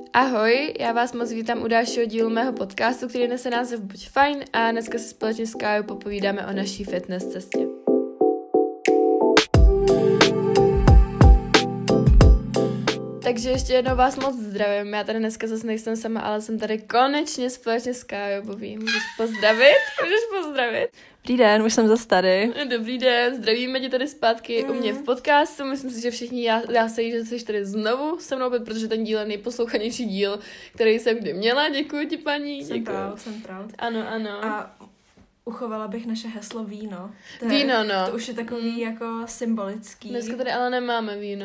Ahoj, já vás moc vítám u dalšího dílu mého podcastu, který nese název Buď fajn a dneska si společně s Kájou popovídáme o naší fitness cestě. Takže ještě jednou vás moc zdravím. Já tady dneska zase nejsem sama, ale jsem tady konečně společně s Kájou. Bobí, můžeš pozdravit? Dobrý den, už jsem zase tady. Dobrý den, zdravíme tě tady zpátky u mě v podcastu. Myslím si, že všichni já se jí, že jsi tady znovu se mnou, protože ten díl je nejposlouchanější díl, který jsem kdy měla. Děkuji ti, paní. Jsem proud. Ano. A uchovala bych naše heslo víno. Víno, no. To už je takový jako symbolický. Dneska tady ale nemáme víno.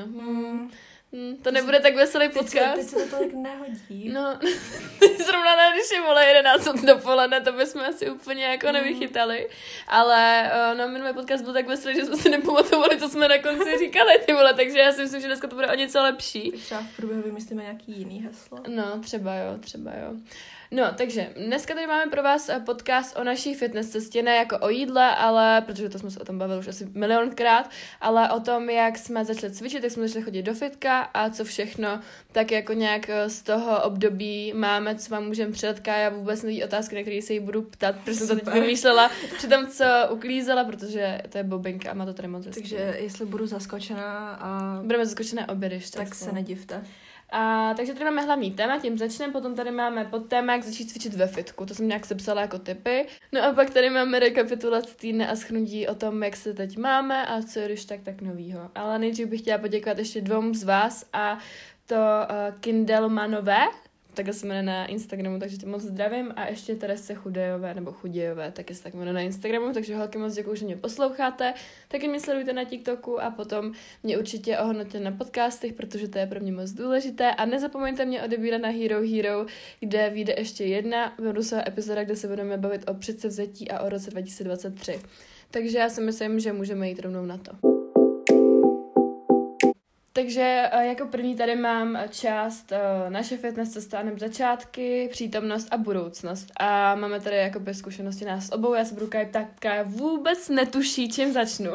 To nebude tak veselý podcast. Teď se to tolik nehodí. No, zrovna když je vole 11 dopoledne, to bychom asi úplně jako nevychytali. Ale no, minulý podcast byl tak veselý, že jsme si nepamatovali, co jsme na konci říkali, ty vole, takže já si myslím, že dneska to bude o něco lepší. Tak třeba v průběhu vymyslíme nějaký jiný heslo. No, třeba jo. No, takže dneska tady máme pro vás podcast o naší fitness cestě, ne jako o jídle, ale, protože to jsme se o tom bavili už asi milionkrát, ale o tom, jak jsme začali cvičit, jak jsme začali chodit do fitka a co všechno, tak jako nějak z toho období máme, co vám můžeme předat. Kája vůbec neví otázky, na které se jí budu ptát, protože jsem to teď vymýšlela při tom, co uklízela, protože to je bobinka a má to tady moc hezky. Takže jestli budu zaskočená a... Budeme zaskočené obě, tak se nedivte. A takže tady máme hlavní téma, tím začneme, potom tady máme podtéma, jak začít cvičit ve fitku, to jsem nějak sepsala jako tipy. No a pak tady máme rekapitulaci týdne a shrnutí o tom, jak se teď máme a co je když tak novýho. Ale nejdřív bych chtěla poděkovat ještě dvou z vás a to Kindelmanové, takhle se jmenuje na Instagramu, takže tě moc zdravím a ještě Terese Chudějové, taky se tak jmenuje na Instagramu, takže holky moc děkuju, že mě posloucháte, taky mě sledujte na TikToku a potom mě určitě ohodnoťte na podcastech, protože to je pro mě moc důležité a nezapomeňte mě odebírat na Hero, kde vyjde ještě jedna bonusová epizoda, kde se budeme bavit o předsevzetí a o roce 2023. Takže já si myslím, že můžeme jít rovnou na to. Takže jako první tady mám část naše fitness cesta nebo začátky, přítomnost a budoucnost. A máme tady jakoby zkušenosti nás obou. Já se budu ptát, Kája vůbec netuší, čím začnu.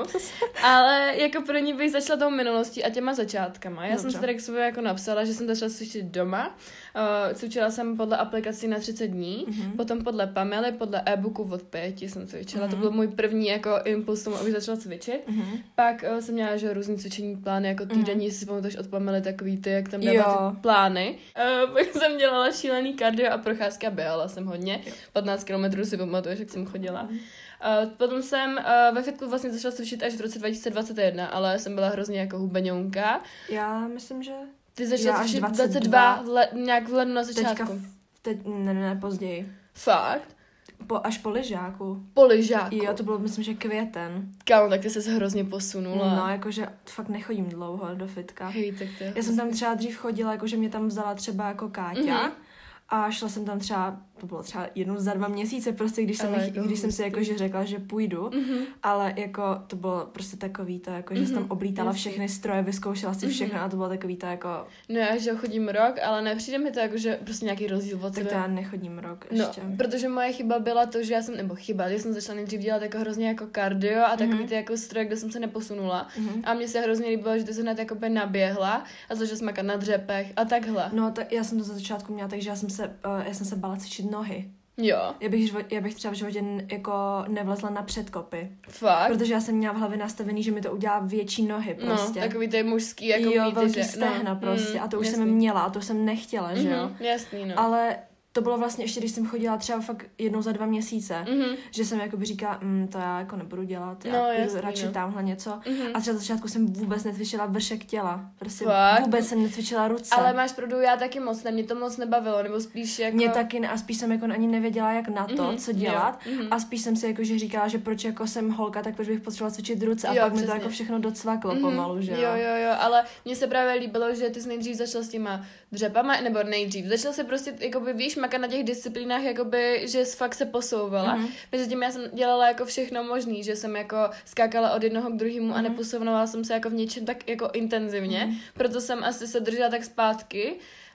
Ale jako první bych začala tou minulostí a těma začátkama. Já jsem si tady k sobě jako napsala, že jsem začala cvičit doma. Cvičila jsem podle aplikací na 30 dní, potom podle Pamely, podle e-booku od 5 jsem cvičila. To byl můj první jako impuls tomu, abych začala cvičit. Pak jsem měla že různý cvičení plány, jako týdenní, si pamatuješ od Pamely takový ty, jak tam dávala ty plány. Pak jsem dělala šílený kardio a procházky a běhala jsem hodně. 15 kilometrů si pamatuješ, jak jsem chodila. Potom jsem ve fitku vlastně začala cvičit až v roce 2021, ale jsem byla hrozně jako hubeňonka. Já myslím, že... Ty začala cvičit 22 nějak v lednu na začátku. Teď ne, později. Fakt? Až po lyžáku. Po lyžáku? Jo, to bylo, myslím, že květen. Kámo, tak ty ses hrozně posunula. No, jakože fakt nechodím dlouho do fitka. Hej, tak to je. Já jsem tam třeba dřív chodila, jakože mě tam vzala třeba jako Káťa. A šla jsem tam třeba, to bylo třeba jednou za 2 měsíce, prostě když jsem si jakože řekla, že půjdu, ale jako to bylo prostě takový to, jako že jsem tam oblítala všechny stroje, vyzkoušela si všechno a to bylo takový to jako... No já, že chodím rok, ale nepřijde mi to jako, že prostě nějaký rozdíl od sebe. Tak to já nechodím rok ještě. No, protože moje chyba byla to, že že jsem začala nejdřív dělat jako hrozně jako kardio a takový ty jako stroje, kde jsem se neposunula. A mně se hrozně líbilo, že ty se hned jako naběhla a začala jsem makat na dřepech a takhle. No, tak já jsem to za začátku měla, takže já jsem se bála cvičit nohy. Jo. Já bych třeba v životě jako nevlezla na předkopy. Fakt? Protože já jsem měla v hlavě nastavený, že mi to udělá větší nohy prostě. No, takový ty mužský, jako jo, velký stehna prostě. A to už jsem měla a to jsem nechtěla, že jo? Jasný, no. Ale to bylo vlastně ještě, když jsem chodila třeba fakt jednou za 2 měsíce, že jsem jakoby říkala, to já jako nebudu dělat, já jdu radši tamhle něco. A třeba začátku jsem vůbec netvičila vršek těla, prostě vůbec jsem netvičila ruce. Ale máš pravdu, já taky moc ne, mě to moc nebavilo, nebo spíš jako... Mě taky ne, a spíš jsem jako ani nevěděla, jak na to, co dělat. A spíš jsem si jakože říkala, že proč jako jsem holka, tak proč bych potřebovala cvičit ruce a pak mi to jako všechno docvaklo pomalu, že jo, ale mně se právě líbilo, že ty jsi nejdřív začal s těma dřepama, nebo nejdřív, začal se prostě, jakoby víš, makat na těch disciplínách, jakoby, že fakt se posouvala. Mezitím já jsem dělala jako všechno možný, že jsem jako skákala od jednoho k druhému a neposouvala jsem se jako v něčem tak jako intenzivně, proto jsem asi se držela tak zpátky.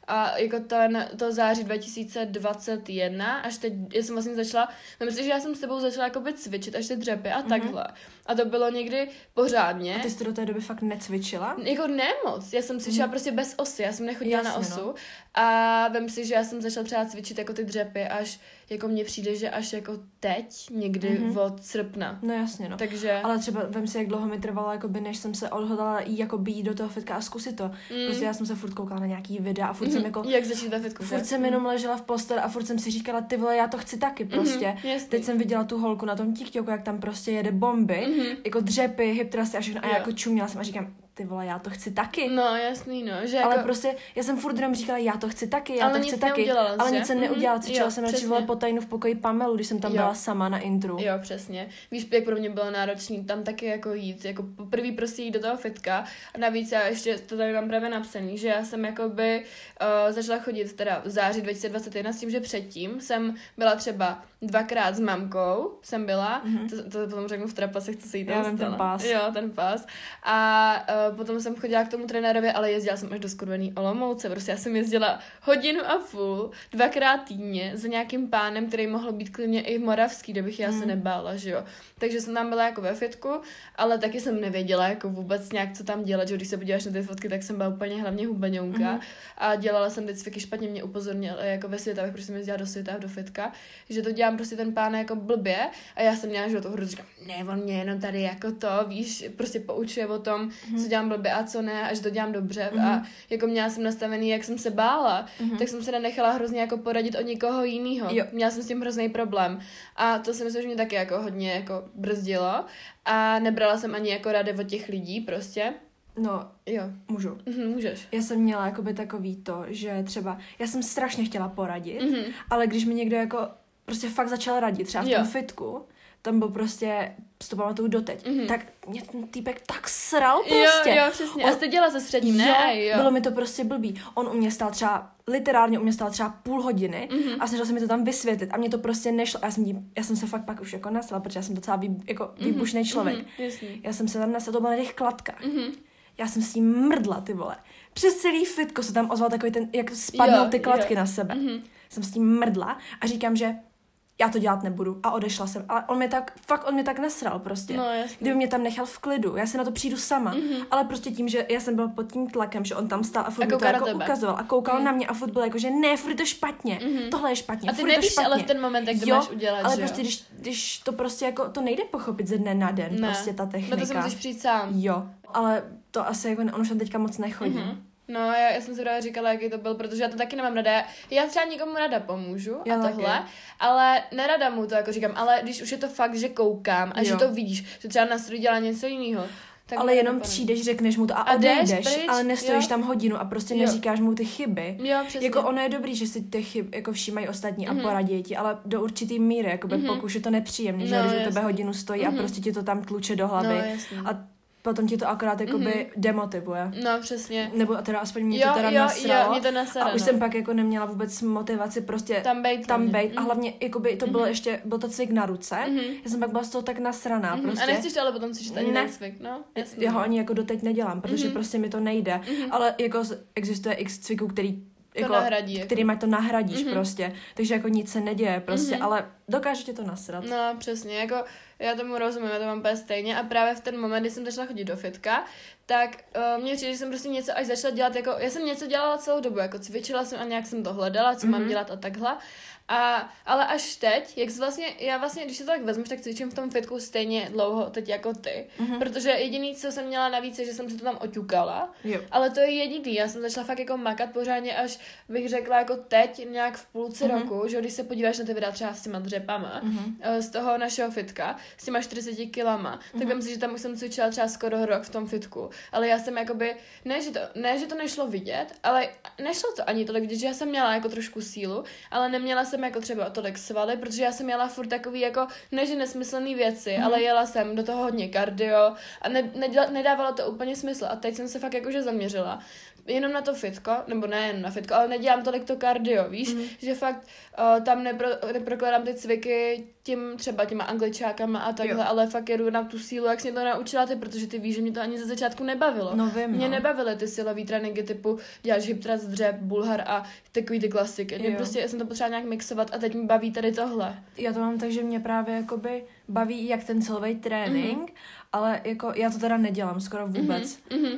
a jako to září 2021, až teď, já jsem vlastně začala, myslím, že já jsem s tebou začala jakoby cvičit až ty dřepy a takhle. A to bylo někdy pořádně. A ty jsi do té doby fakt necvičila? Jako ne moc, já jsem cvičila prostě bez osy, já jsem nechodila na osu a vem si, že já jsem začala třeba cvičit jako ty dřepy, až jako mně přijde, že až jako teď, někdy od srpna. No jasně, no. Takže... Ale třeba vem si, jak dlouho mi trvalo, jakoby, než jsem se odhodlala jít do toho fitka a zkusit to. Prostě já jsem se furt koukala na nějaký videa a furt jsem jako... Jak začít na fitku? Furt jsem jenom ležela v posteli a furt jsem si říkala, ty vole, já to chci taky prostě. Teď jsem viděla tu holku na tom TikToku, jak tam prostě jede bomby, jako dřepy, hip thrusty a všechno. A já jako čuměla jsem a říkám, ty vole, já to chci taky. No, jasný, no. Že ale jako... prostě, já jsem furt jenom říkala, já to chci taky, já ale to chci taky. Ale nic jsem neudělala. Cvičila jsem radši vole po tajnu v pokoji Pamelu, když jsem tam byla sama na intru. Jo, přesně. Víš, jak pro mě bylo náročný tam taky jako jít, jako poprvé prostě jít do toho fitka. A navíc já ještě to tady mám právě napsaný, že já jsem jakoby začala chodit teda v září 2021 s tím, že předtím jsem byla třeba 2krát s mamkou, jsem byla, to potom řeknu v trapasech, co se jí tam stalo. Ten pás. Jo, ten pás. A potom jsem chodila k tomu trenérovi, ale jezdila jsem až do skurvený Olomouce, prostě já jsem jezdila 1,5 hodiny 2krát týdně za nějakým pánem, který mohl být klidně i moravský, kdybych já se nebála, že jo. Takže jsem tam byla jako ve fitku, ale taky jsem nevěděla jako vůbec nějak, co tam dělat, že když se podíváš na ty fotky, tak jsem byla úplně hlavně hubeňonka a dělala jsem ty cviky špatně, mě upozornil jako ve Světavách, protože jsem jezdila do Světav, do fitka, že to dělám prostě ten pán jako blbě a já jsem měla, že do toho hru říkám, ne, on mě jenom tady jako to, víš, prostě poučuje o tom, co dělám blbě a co ne, a že to dělám dobře a jako měla jsem nastavený, jak jsem se bála, tak jsem se nenechala hrozně jako poradit od někoho jiného. Měla jsem s tím hrozný problém a to si myslím, že mě taky jako hodně jako brzdilo a nebrala jsem ani jako rady od těch lidí prostě. No, jo. Můžu. Můžeš. Já jsem měla jakoby takový to, že třeba, já jsem strašně chtěla poradit, ale když mi někdo jako prostě fakt začal radit, třeba v tom fitku, tam byl prostě, s to pamatuju doteď, tak mě ten týpek tak sral prostě. Jo, přesně. A jste dělala se středním, ne? Jo, bylo mi to prostě blbý. On u mě stál třeba, literálně u mě stál třeba 0,5 hodiny a snažil se mi to tam vysvětlit a mě to prostě nešlo. Já jsem se fakt pak už jako nasla, protože já jsem docela výbušný člověk. Já jsem se tam nasla, to bylo na těch kladkách. Já jsem s tím mrdla, ty vole. Přes celý fitko se tam ozval takový ten, jak spadnou ty kladky na sebe. Jsem s tím mrdla a říkám, že já to dělat nebudu a odešla jsem. Ale on mě tak nasral prostě. No, jasný. Kdyby mě tam nechal v klidu, já se na to přijdu sama. Ale prostě tím, že já jsem byla pod tím tlakem, že on tam stál a furt mi to jako ukazoval a koukal na mě a furt byl jako, že ne, furt je to špatně. Tohle je špatně. A ty nevíš, ale v ten moment, jak to máš udělat, ale že prostě když to prostě jako, to nejde pochopit ze dne na den, prostě ta technika. No to se musíš přijít sám. Jo, ale to asi jako, on už tam teďka moc nechodí. No, já jsem si právě říkala, jaký to byl, protože já to taky nemám rada. Já třeba nikomu rada pomůžu a tohle, ale nerada mu to jako říkám, ale když už je to fakt, že koukám a že to vidíš, že třeba na stroj dělá něco jiného. Ale jenom přijdeš, řekneš mu to a odejdeš, ale nestojíš tam hodinu a prostě neříkáš mu ty chyby. Jo, přesně. Jako ono je dobrý, že si ty chyby jako všímají ostatní a poradí ti, ale do určitý míry, jakoby pokud je to nepříjemný, že u tebe hodinu stojí a prostě ti to tam tluče do hlavy. A potom ti to akorát jakoby demotivuje. No, přesně. Nebo teda aspoň mě to teda nasralo. Mě to nasralo. A už jsem pak jako neměla vůbec motivaci prostě tam bejt. A hlavně jakoby to bylo ještě, byl to cvik na ruce. Já jsem pak byla z toho tak nasraná prostě. A nechceš to ale potom cvičit ani ten cvik, no? Jasně. Já ho ani jako doteď nedělám, protože prostě mi to nejde. Ale jako existuje x cviků, jako, který to nahradíš prostě. Takže jako nic se neděje prostě, ale dokáže tě to nasrat. No, přesně, jako já tomu rozumím, já to mám úplně stejně a právě v ten moment, kdy jsem začala chodit do fitka, tak mě přijde, že jsem prostě něco až začala dělat, jako já jsem něco dělala celou dobu, jako cvičila jsem a nějak jsem to hledala, co mám dělat a takhle. Ale až teď, já vlastně, když se to tak vezmeš, tak cvičím v tom fitku stejně dlouho teď jako ty, protože jediný, co jsem měla navíc, je, že jsem se to tam oťukala, ale to je jediný, já jsem začala fakt jako makat pořádně, až bych řekla jako teď, nějak v půlce roku, že když se podíváš na ty videa třeba s těma dřepama, z toho našeho fitka, s těma 40 kilama, tak vím si, že tam už jsem cvičila třeba skoro rok v tom fitku, ale já jsem jakoby, ne, že to nešlo vidět, ale nešlo to ani tolik vidět, že já jsem měla jako trošku sílu, ale neměla jsem jako třeba tolik svaly, protože já jsem jela furt takový jako, ne že nesmyslný věci, ale jela jsem do toho hodně kardio a nedávalo to úplně smysl a teď jsem se fakt jakože zaměřila. jenom na to fitko, nebo ne jen na fitko, ale nedělám tolik to kardio, víš, že fakt tam neprokládám ty cviky těma angličákama a takhle, ale fakt jedu na tu sílu, jak jsi mě to naučila ty, protože ty víš, že mě to ani ze začátku nebavilo. No vím, mě nebavily ty silový tréninky typu děláš hip thrust, dřep, bulhar a takový ty klasiky. Mě prostě já jsem to potřeba nějak mixovat a teď mi baví tady tohle. Já to mám tak, že mě právě jakoby baví jak ten silový trénink, ale jako já to teda nedělám skoro vůbec,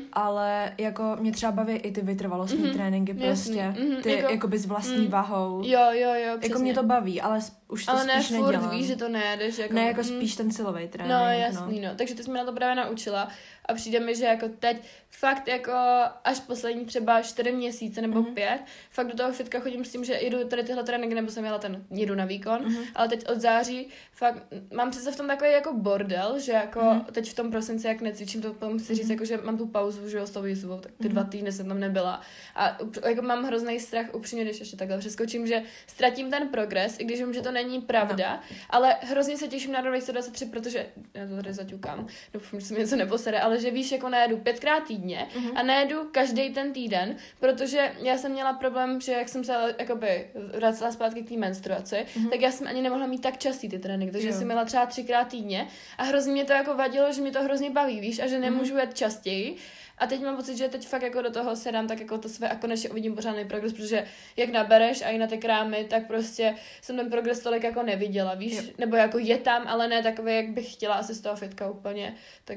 ale jako mě třeba baví i ty vytrvalostní tréninky prostě, ty jakoby s vlastní váhou. Jo, přesně. Jako mě to baví, ale už to ale spíš nedělám. Ale ne furt víš, že to nejedeš. Jako, ne, jako spíš ten silový trénink. No jasný, no. Takže ty jsi mě na to právě naučila a přijde mi, že jako teď fakt jako až poslední třeba 4 měsíce nebo 5, fakt do toho fitka chodím s tím, že jedu tady tyhle tréninky, nebo jsem jedu na výkon, ale teď od září fakt mám přece v tom takový jako bordel, že jako teď v tom prosinci, jak necvičím, to musím říct, jako, že mám tu pauzu, že jo, s tou výzvou, tak ty 2 týdny jsem tam nebyla a jako mám hrozný strach upřímně, když ještě takhle přeskočím, že ztratím ten progres, i když vím, že to není pravda, ale hrozně se těším na 2023, protože já to tady zaťukám, doufám, že se mi něco neposere, ale že víš, jako nejedu 5krát týdně a nejedu každý ten týden, protože já jsem měla problém, že jak jsem se jakoby vracela zpátky k té menstruaci, tak já jsem ani nemohla mít tak častý ty tréninky, takže jsem měla třeba 3krát týdně a hrozně mě to jako vadilo, že mě to hrozně baví, víš, a že nemůžu jet častěji. A teď mám pocit, že teď fakt jako do toho se dám tak jako to své a konečně uvidím pořádný progres, protože jak nabereš a i na ty krámy, tak prostě jsem ten progres tolik jako neviděla, víš, nebo jako je tam, ale ne takový, jak bych chtěla asi z toho fitka úplně,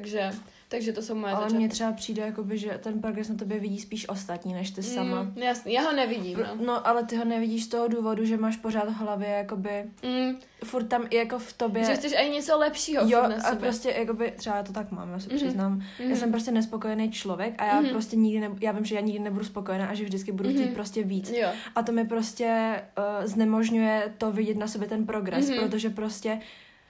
takže to jsou moje začátky. Ale mně třeba přijde, jakoby, že ten progres na tobě vidí spíš ostatní, než ty sama. Jasný, já ho nevidím, no. Ale ty ho nevidíš z toho důvodu, že máš pořád v hlavě, jakoby, furt tam jako v tobě. Že chceš i něco lepšího jo, na a prostě, jakoby, třeba já to tak mám, já se přiznám. Já jsem prostě nespokojený člověk a já prostě nikdy, já vím, že já nikdy nebudu spokojená a že vždycky budu chtít prostě víc. Jo. A to mi prostě znemožňuje to vidět na sobě ten progres, protože prostě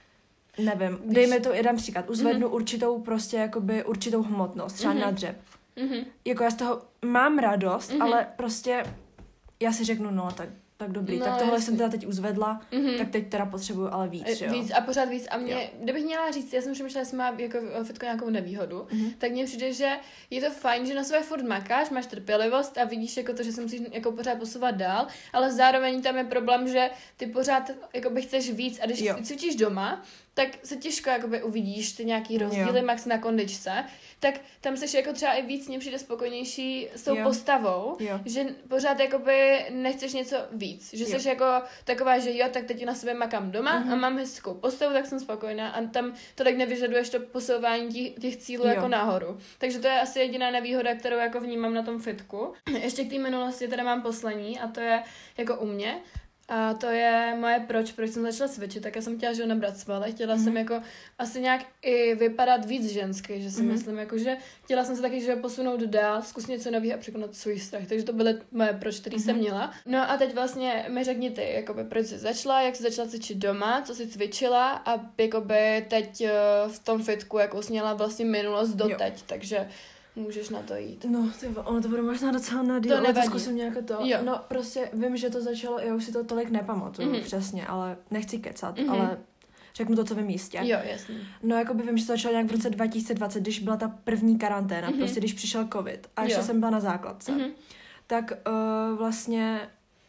nevím, dejme to jeden příklad, uzvednu určitou prostě jakoby určitou hmotnost, třeba na dřep. Jako já z toho mám radost, ale prostě já si řeknu, no tak dobrý, tak tohle jsem teda teď uzvedla, tak teď teda potřebuju ale víc, jo? Víc a pořád víc a mě, kdybych měla říct, já jsem přemýšlela, jestli má jako fitko nějakou nevýhodu, tak mně přijde, že je to fajn, že na sebe furt makáš, máš trpělivost a vidíš jako to, že se musíš jako pořád posouvat dál, ale zároveň tam je problém, že ty pořád jakoby chceš víc a když cvičíš doma, tak se těžko jakoby uvidíš ty nějaký rozdíly max na kondičce, tak tam seš jako třeba i víc, mně přijde spokojnější s tou postavou, že pořád jakoby nechceš něco víc, že seš jako taková, že jo, tak teď na sebe makám doma a mám hezkou postavu, tak jsem spokojená a tam tolik nevyžaduješ to posouvání těch cílů jako nahoru. Takže to je asi jediná nevýhoda, kterou jako vnímám na tom fitku. Ještě k té minulosti teda mám poslední a to je jako u mě. A to je moje proč jsem začala cvičit, tak já jsem chtěla, že nabrat svaly, chtěla jsem jako asi nějak i vypadat víc žensky, že si myslím, jako, že chtěla jsem se taky, že posunout dál, zkusit něco nového a překonat svůj strach, takže to byly moje proč, který jsem měla. No a teď vlastně mi řekni ty, jakoby, proč jsi začala, jak jsi začala cvičit doma, co jsi cvičila a jakoby teď v tom fitku, jakou jsi měla vlastně minulost doteď, takže můžeš na to jít. No, ono to bude možná docela na díl, ale to zkusím nějak to. Jo. No, prostě vím, že to začalo, já už si to tolik nepamatuju přesně, ale nechci kecat, ale řeknu to, co vím jistě. Jo, jasně. No, jakoby vím, že to začalo nějak v roce 2020, když byla ta první karanténa, prostě když přišel covid a ještě jsem byla na základce. Tak vlastně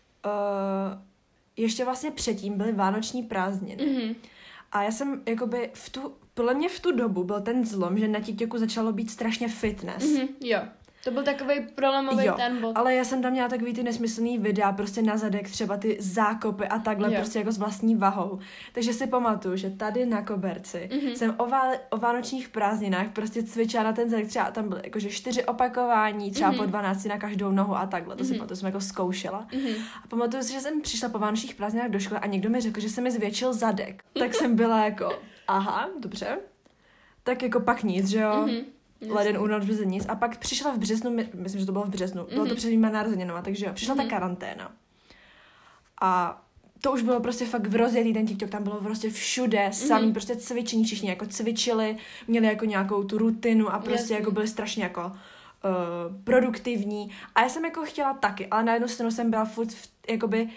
ještě vlastně předtím byly vánoční prázdniny. A já jsem jakoby podle mě v tu dobu byl ten zlom, že na TikToku začalo být strašně fitness. Jo. To byl takovej prolomový ten bod. Ale já jsem tam měla takový ty nesmyslný videa, prostě na zadek, třeba ty zákopy a takhle, prostě jako s vlastní vahou. Takže si pamatuju, že tady na koberci jsem o vánočních prázdninách prostě cvičila na ten zadek, třeba tam byly jakože 4 opakování, třeba po 12 na každou nohu a takhle. To si pamatuju, jsem jako zkoušela. A pamatuju si, že jsem přišla po vánočních prázdninách do školy a někdo mi řekl, že se mi zvětšil zadek. Tak jsem byla jako, aha, dobře. Tak jako pak nic, že jo? Leden, únor, březen, nic. A pak přišla v březnu, myslím, že to bylo v březnu, bylo to před mýma narozeninama, takže jo, přišla ta karanténa. A to už bylo prostě fakt v rozjetý ten TikTok, tam bylo prostě všude samý prostě cvičení, všichni jako cvičili, měli jako nějakou tu rutinu a prostě jako byli strašně jako produktivní. A já jsem jako chtěla taky, ale na jednu stranu jsem byla furt jakoby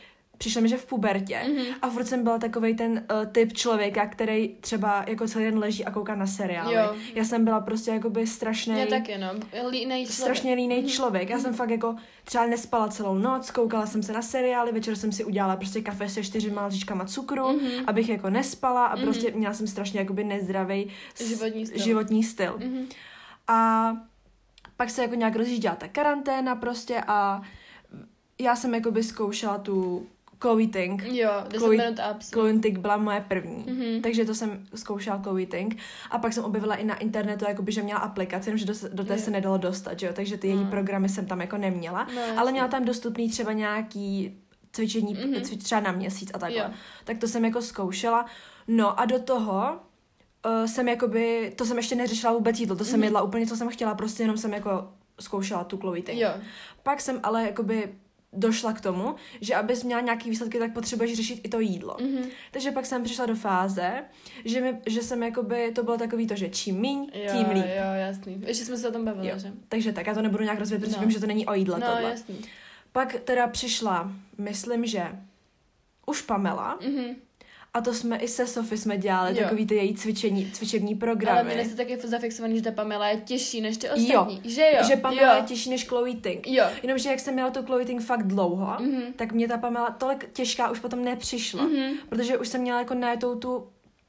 přišlo mi, že v pubertě a furt jsem byla takovej ten typ člověka, který třeba jako celý den leží a kouká na seriály. Jo. Já jsem byla prostě jakoby Já taky, no. Strašně línej člověk. Já jsem fakt jako třeba nespala celou noc, koukala jsem se na seriály, večer jsem si udělala prostě kafe se 4 lžičkama cukru, abych jako nespala a prostě měla jsem strašně jakoby nezdravý životní styl. A pak se jako nějak rozjížděla ta karanténa prostě a já jsem jakoby zkoušela tu Chloe Ting. Jo, 10 minut apps. Chloe Ting byla moje první. Takže to jsem zkoušela Chloe Ting. A pak jsem objevila i na internetu, jakoby, že měla aplikaci, jenom že do té se nedalo dostat, že jo? Takže ty její programy jsem tam jako neměla. No, ale měla tam dostupný třeba nějaký cvičení třeba na měsíc a takhle. Jo. Tak to jsem jako zkoušela. No a do toho jsem jakoby, to jsem ještě neřešila vůbec jídlo, to jsem jedla úplně, co jsem chtěla, prostě jenom jsem jako zkoušela tu Chloe Ting. Jo. Pak jsem ale jakoby došla k tomu, že abys měla nějaký výsledky, tak potřebuješ řešit i to jídlo. Takže pak jsem přišla do fáze, že jsem jakoby, to bylo takový to, že čím míň, tím líp. Jo, jasný. Ještě jsme se o tom bavili, že? Takže tak, já to nebudu nějak rozvíjet, protože vím, že to není o jídle tohle. Jasný. Pak teda přišla, myslím, že už Pamela, a to jsme i se Sofie jsme dělali, takový ty její cvičební programy. Ale měli jste taky zafixovaný, že ta Pamela je těžší než ty ostatní. Že Pamela je těžší než Chloe Ting. Jo. Jenomže jak jsem měla tu Chloe Ting fakt dlouho, tak mě ta Pamela tolik těžká už potom nepřišla. Protože už jsem měla jako najetou tu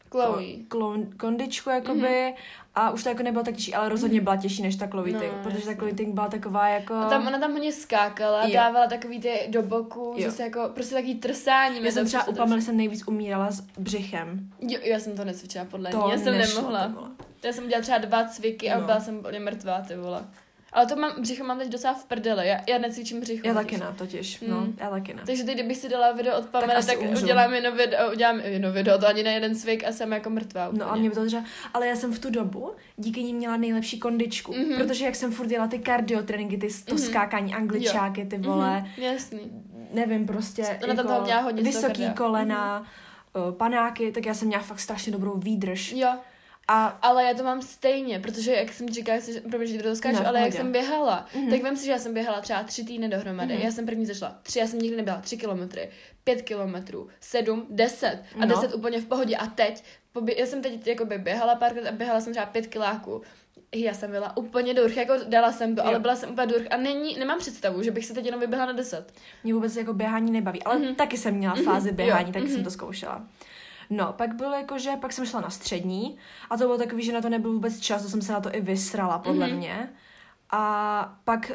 kondičku jakoby a už to jako nebylo tak těžší, ale rozhodně byla těžší než ta Chloe Ting, protože ta Chloe Ting byla taková jako... A ona tam hodně skákala, dávala takový ty do boku, že se jako prostě takový trsání. Já jsem třeba u Pamely jsem nejvíc umírala s břichem. Jo, já jsem to necvičila podle ní, já jsem nemohla. Já jsem dělala třeba 2 cviky a byla jsem úplně mrtvá, ty vole. Ale to břicho mám teď docela v prdeli. Já necvičím břicho. Já taky ne, totiž. No, já taky ne. Takže teď, kdybych si dala video od Pamela, tak udělám jedno video, to ani na jeden cvik a jsem jako mrtvá. No a mě by to třeba, ale já jsem v tu dobu díky ní měla nejlepší kondičku, protože jak jsem furt dělala ty cardio tréninky, to skákání, angličáky, ty vole. Jasný. Nevím, prostě ona jako tam měla hodně vysoký kolena, panáky, tak já jsem měla fakt strašně dobrou výdrž. Jo. Ale já to mám stejně, protože jak jsem říkala, že to skáču, ale jak jsem běhala, tak vím si, že já jsem běhala třeba 3 týdny dohromady. Já jsem první začala 3, já jsem nikdy nebyla 3 kilometry, 5 kilometrů, 7, 10 a 10 úplně v pohodě a teď, já jsem teď jakoby běhala párkrát a běhala jsem třeba 5 kiláků. Já jsem byla úplně durch, jako dala jsem to, ale byla jsem úplně durch a nemám představu, že bych se teď jenom vyběhla na 10. Mě vůbec jako běhání nebaví, ale taky jsem měla fázi běhání, taky jsem to zkoušela. No, pak bylo jako, že pak jsem šla na střední a to bylo takový, že na to nebyl vůbec čas, to jsem se na to i vysrala, podle mě. A pak,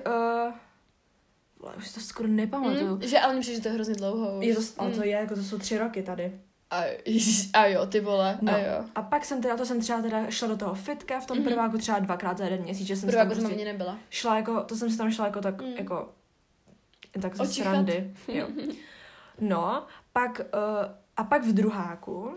už si to skoro nepamatuju. Že ale myslím, že to je hrozně dlouho už. Ale to je, jako to jsou 3 roky tady. A jo, ty vole, no. A jo. A pak jsem teda šla do toho fitka v tom prváku třeba 2krát za jeden měsíc, že jsem prváku tam prostě nebyla. Šla jako, to jsem se tam šla jako tak, jako, tak ze srandy. Jo. No, pak... A pak v druháku,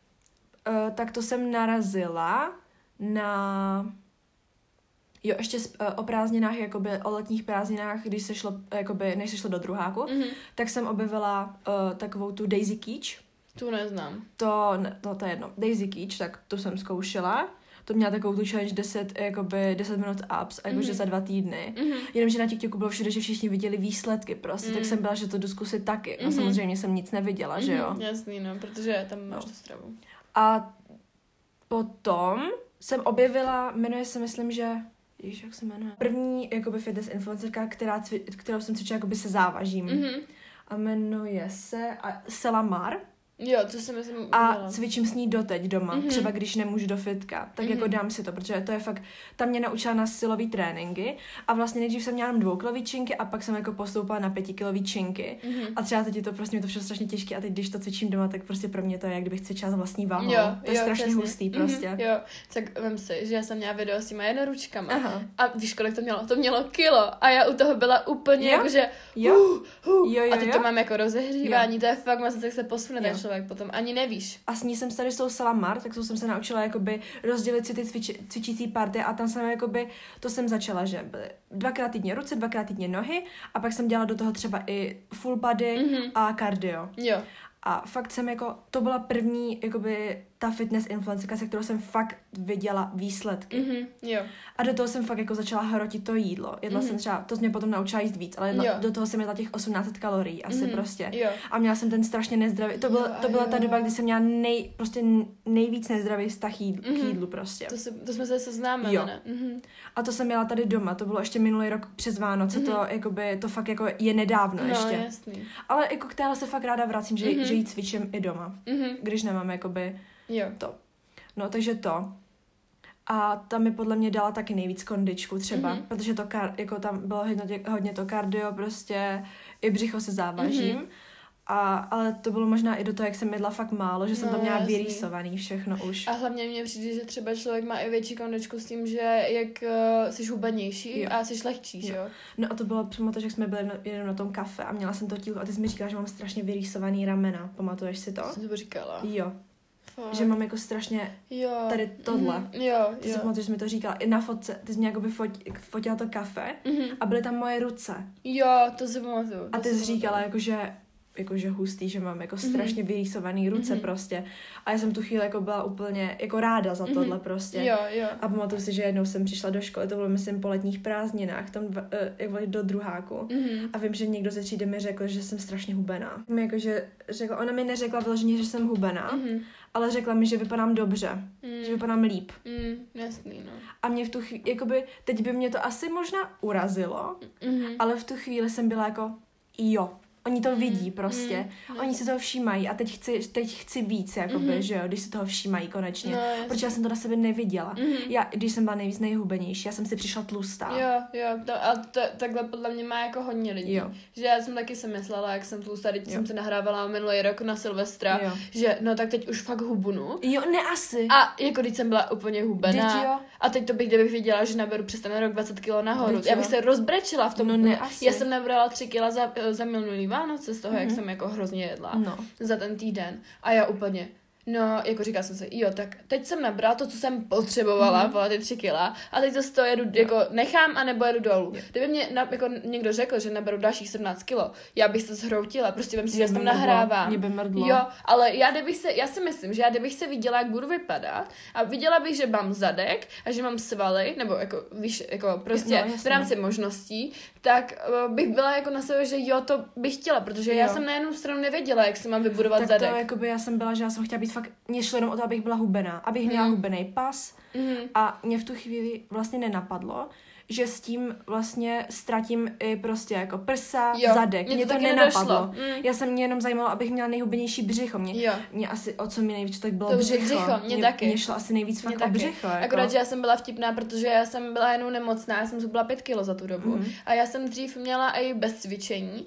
tak to jsem narazila na... Jo, ještě o prázdninách, jakoby o letních prázdninách, když se šlo, jakoby, než se šlo do druháku, tak jsem objevila takovou tu Daisy Keech. Tu neznám. To je jedno. Daisy Keech, tak to jsem zkoušela. To měla takovou tu challenge 10 minut ups, jakože za 2 týdny. Jenomže na TikToku bylo všude, že všichni viděli výsledky prostě, tak jsem byla, že to jdu zkusit taky. No samozřejmě jsem nic neviděla, že jo? Jasný, no, protože tam máš tu stravu. A potom jsem objevila, jmenuje se, myslím, že jak se jmenuje? První jakoby fitness influencerka, kterou jsem cvičila jakoby se závažím. A jmenuje se Selamar. Jo, to jsem udělala. A cvičím s ní doteď doma, třeba když nemůžu do fitka, tak jako dám si to, protože to je fakt, tam mě naučila na silový tréninky a vlastně nejdřív jsem měla jenom 2kilový činky a pak jsem jako postoupila na 5kilový činky a třeba teď je to prostě, mi to všechno strašně těžké a teď když to cvičím doma, tak prostě pro mě to je, jak kdybych cvičila s vlastní váhou. To je strašně přesně. Hustý prostě. Jo, tak vem si, že já jsem měla video s těma jednoručkama a víš, kolik to mělo? To mělo kilo a já u toho byla úplně jakože a teď to mám jako rozehřívání, to je fakt, jak se posune ten člověk potom, ani nevíš. A s ní jsem tady s tou Selamar, tak jsem se naučila jakoby rozdělit si ty cvičící party a tam jsem jakoby, to jsem začala, že byly 2krát týdně ruce, 2krát týdně nohy a pak jsem dělala do toho třeba i full body a cardio. Jo. A fakt jsem jako, to byla první jakoby ta fitness influencerka, se kterou jsem fakt viděla výsledky. Jo. A do toho jsem fakt jako začala hrotit to jídlo. Jedla jsem třeba, to jsi mě potom naučila jíst víc, ale do toho jsem jedla těch 1800 kalorií asi prostě. Jo. A měla jsem ten strašně nezdravý, to byla ta doba, kdy jsem měla nejvíc nezdravý vztah k jídlu prostě. To jsme se seznámili, ne? A to jsem měla tady doma, to bylo ještě minulý rok přes Vánoce, to fakt jako je nedávno ještě. Jasný. Ale jako k téhle se fakt ráda vracím, že jí cvičím i doma, když nemám jakoby to. No, takže to. A tam mi podle mě dala taky nejvíc kondičku třeba, protože to jako tam bylo hodně to kardio prostě, i břicho se závažím. Ale to bylo možná i do toho, jak jsem jedla fakt málo, že jsem tam měla vyrýsovaný všechno už. A hlavně mně přijde, že třeba člověk má i větší kondičku s tím, že jak jsi hubenější a jsi lehčí, že jo? No a to bylo přímo to, že jsme byli jenom na tom kafe a měla jsem to tílko a ty jsi mi říkala, že mám strašně vyrýsovaný ramena. Pamatuješ si to? Jsem to říkala. Jo. Fakt. Že mám jako strašně tady tohle. Ty si pamatuješ, že jsi mi to říkala. I na fotce, ty jsi mě jakoby fotila to kafe a byly tam moje ruce. Jo, to si pamatuju. A ty jsi říkala jakože hustý, že mám jako strašně vyrýsovaný ruce prostě. A já jsem tu chvíli jako byla úplně jako ráda za tohle prostě. Jo. A pamatuju si, že jednou jsem přišla do školy, to bylo myslím po letních prázdninách, tam do druháku. A vím, že někdo ze třídy mi řekl, že jsem strašně hubená. Ona mi neřekla vyloženě, že jsem hubená, ale řekla mi, že vypadám dobře, že vypadám líp. Jasný, no. A mě v tu chvíli, jakoby, teď by mě to asi možná urazilo, ale v tu chvíli jsem byla jako, jo. Oni to vidí prostě. Oni si toho všímají a teď chci víc, jakoby, že jo, když si toho všímají konečně. No, protože já jsem to na sebe neviděla. Já, když jsem byla nejvíc nejhubenější, já jsem si přišla tlustá. Jo, takhle podle mě má jako hodně lidí. Jo. Že já jsem taky si myslela, jak jsem tlustá, teď jsem se nahrávala minulý rok na Silvestra, že no tak teď už fakt hubnu. Jo, ne asi. A jako když jsem byla úplně hubená. A teď to bych, kdybych viděla, že naberu přes ten rok 20 kg nahoru. Já bych se rozbrečela v tom. No ne asi. Já jsem nabrala 3 kg za minulý Vánoce z toho, jak jsem jako hrozně jedla za ten týden. A já úplně, no, jako říkala jsem si, jo, tak teď jsem nabrala to, co jsem potřebovala, ty 3 kila, a teď to jedu, jako nechám, anebo jedu dolů. Kdyby mě jako někdo řekl, že naberu dalších 17 kilo, já bych se zhroutila, prostě vím si, že tam nahrávám. Mě by mrdlo. Jo, ale já si myslím, že kdybych se viděla, jak budu vypadat a viděla bych, že mám zadek a že mám svaly, nebo jako, víš, jako prostě v rámci možností, tak bych byla jako na sebe, že jo, to bych chtěla, protože já jsem na jednu stranu nevěděla, jak si mám vybudovat tak zadek. Tak to jakoby já jsem byla, že já jsem chtěla být fakt, mě šlo jenom o to, abych byla hubená, abych měla hubený pas a mě v tu chvíli vlastně nenapadlo, že s tím vlastně ztratím i prostě jako prsa, zadek. Mě to nenapadlo. Mě jenom zajímalo, abych měla nejhubenější břicho. Mě asi, o co mi nejvíc, tak bylo břicho. Mě šlo asi nejvíc fakt o břicho. Jako. Akorát, že já jsem byla vtipná, protože já jsem byla jenom nemocná, já jsem zhubla 5 kilo za tu dobu. A já jsem dřív měla i bez cvičení,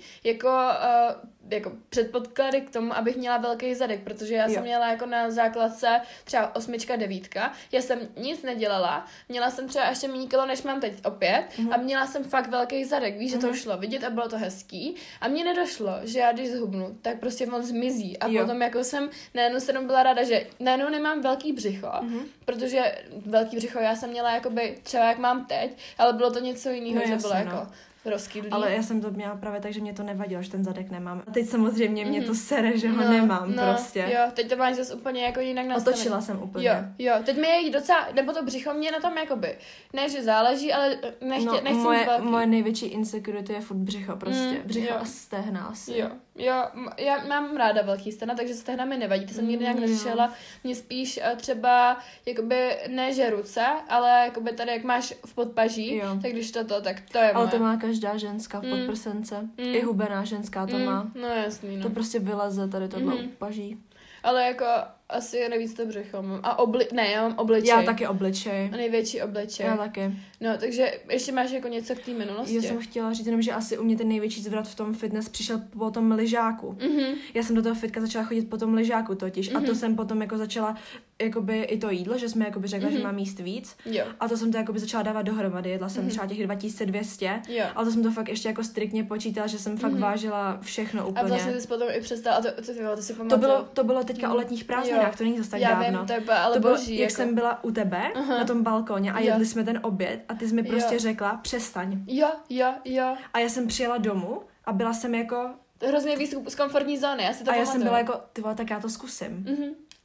jako předpodklady k tomu, abych měla velký zadek, protože já jsem měla jako na základce třeba 8, 9. Já jsem nic nedělala, měla jsem třeba ještě méně kilo, než mám teď opět a měla jsem fakt velký zadek, víš, že to šlo vidět a bylo to hezký a mně nedošlo, že já když zhubnu, tak prostě on zmizí a potom jako jsem najednou jsem byla ráda, že najednou nemám velký břicho, protože velký břicho já jsem měla jakoby třeba jak mám teď, ale bylo to něco jiného, že bylo jako rozkydlý. Ale já jsem to měla právě tak, že mě to nevadilo, že ten zadek nemám. A teď samozřejmě mě to sere, že ho nemám prostě. Jo, teď to máš zase úplně jako jinak nastavený. Otočila jsem úplně. Jo, teď mi je docela, nebo to břicho mě na tom jakoby, ne, že záleží, ale nechci moje největší insecurity je furt břicho prostě. Břicho a stehna asi. Jo, já mám ráda velký stehna, takže stehna mi nevadí, to jsem nikdy nějak neřešila. Mě spíš třeba, jakoby, ne že ruce, ale jakoby tady, jak máš v podpaží, tak když tak to je moje. Ale to má každá ženská v podprsence. I hubená ženská to má. No jasný, no. To prostě vyleze tady tohle paží. Ale jako asi nejvíc to břicho mám. A já mám obličej. Já taky obličej. A největší obličej. Já taky. No, takže ještě máš jako něco k té minulosti. Já jsem chtěla říct jenom, že asi u mě ten největší zvrat v tom fitness přišel po tom lyžáku. Já jsem do toho fitka začala chodit po tom lyžáku totiž. A to jsem potom jako začala jakoby i to jídlo, že jsme jakoby řekla, že mám jíst víc. Jo. A to jsem to jakoby začala dávat dohromady. Jedla jsem třeba těch 2200. A to jsem to fakt ještě jako striktně počítala, že jsem fakt vážila všechno úplně. A vlastně jsi potom i přestala, to si pamatuju. To bylo teďka o letních prázdninách, to není zase tak dávno. Vím, ale to bylo, boží, jak jako... jsem byla u tebe na tom balkóně a jedli jsme ten oběd a ty jsi mi prostě řekla, přestaň. Jo. A já jsem přijela domů a byla jsem jako... Hrozně víc z komfortní zóny, já jsem byla jako, ty vole, tak já to zkusím.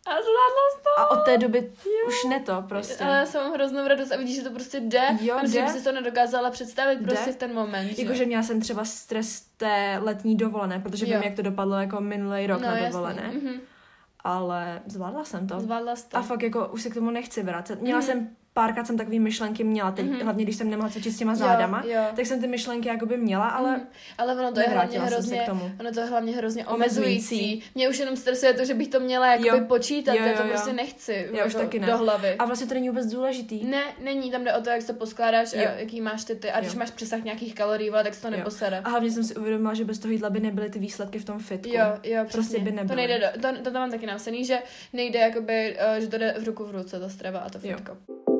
A zvládla jsi to. A od té doby už ne to prostě. Ale já jsem hroznou radost a vidíš, že to prostě jde. Jo, myslím, jde. že si to nedokázala představit prostě v ten moment. Jakože měla jsem třeba stres té letní dovolené, protože vím, jak to dopadlo jako minulý rok na dovolené. Ale zvládla jsem to. Zvládla jsi to. A fakt jako už se k tomu nechci vracet. Měla jsem párkrát jsem takový myšlenky měla, teď, hlavně když jsem nemohla cvičit s těma zádama, tak jsem ty myšlenky jakoby měla, ale ono to je hlavně hrozně, ono to je hlavně hrozně omezující. Mě už jenom stresuje to, že bych to měla jakoby počítat, já to prostě nechci. Já už taky ne. Do hlavy. A vlastně to není vůbec důležitý. Ne, není, tam jde o to, jak se poskládáš, jaký máš ty a když máš přesah nějakých kalorií, tak se to neposede. A hlavně jsem si uvědomila, že bez toho jídla by nebyly ty výsledky v tom fitku. Jo, prostě by nebyly. To nejde, to mám taky napsaný, že nejde jakoby, že to jde v ruku v ruce, ta strava a to fitko.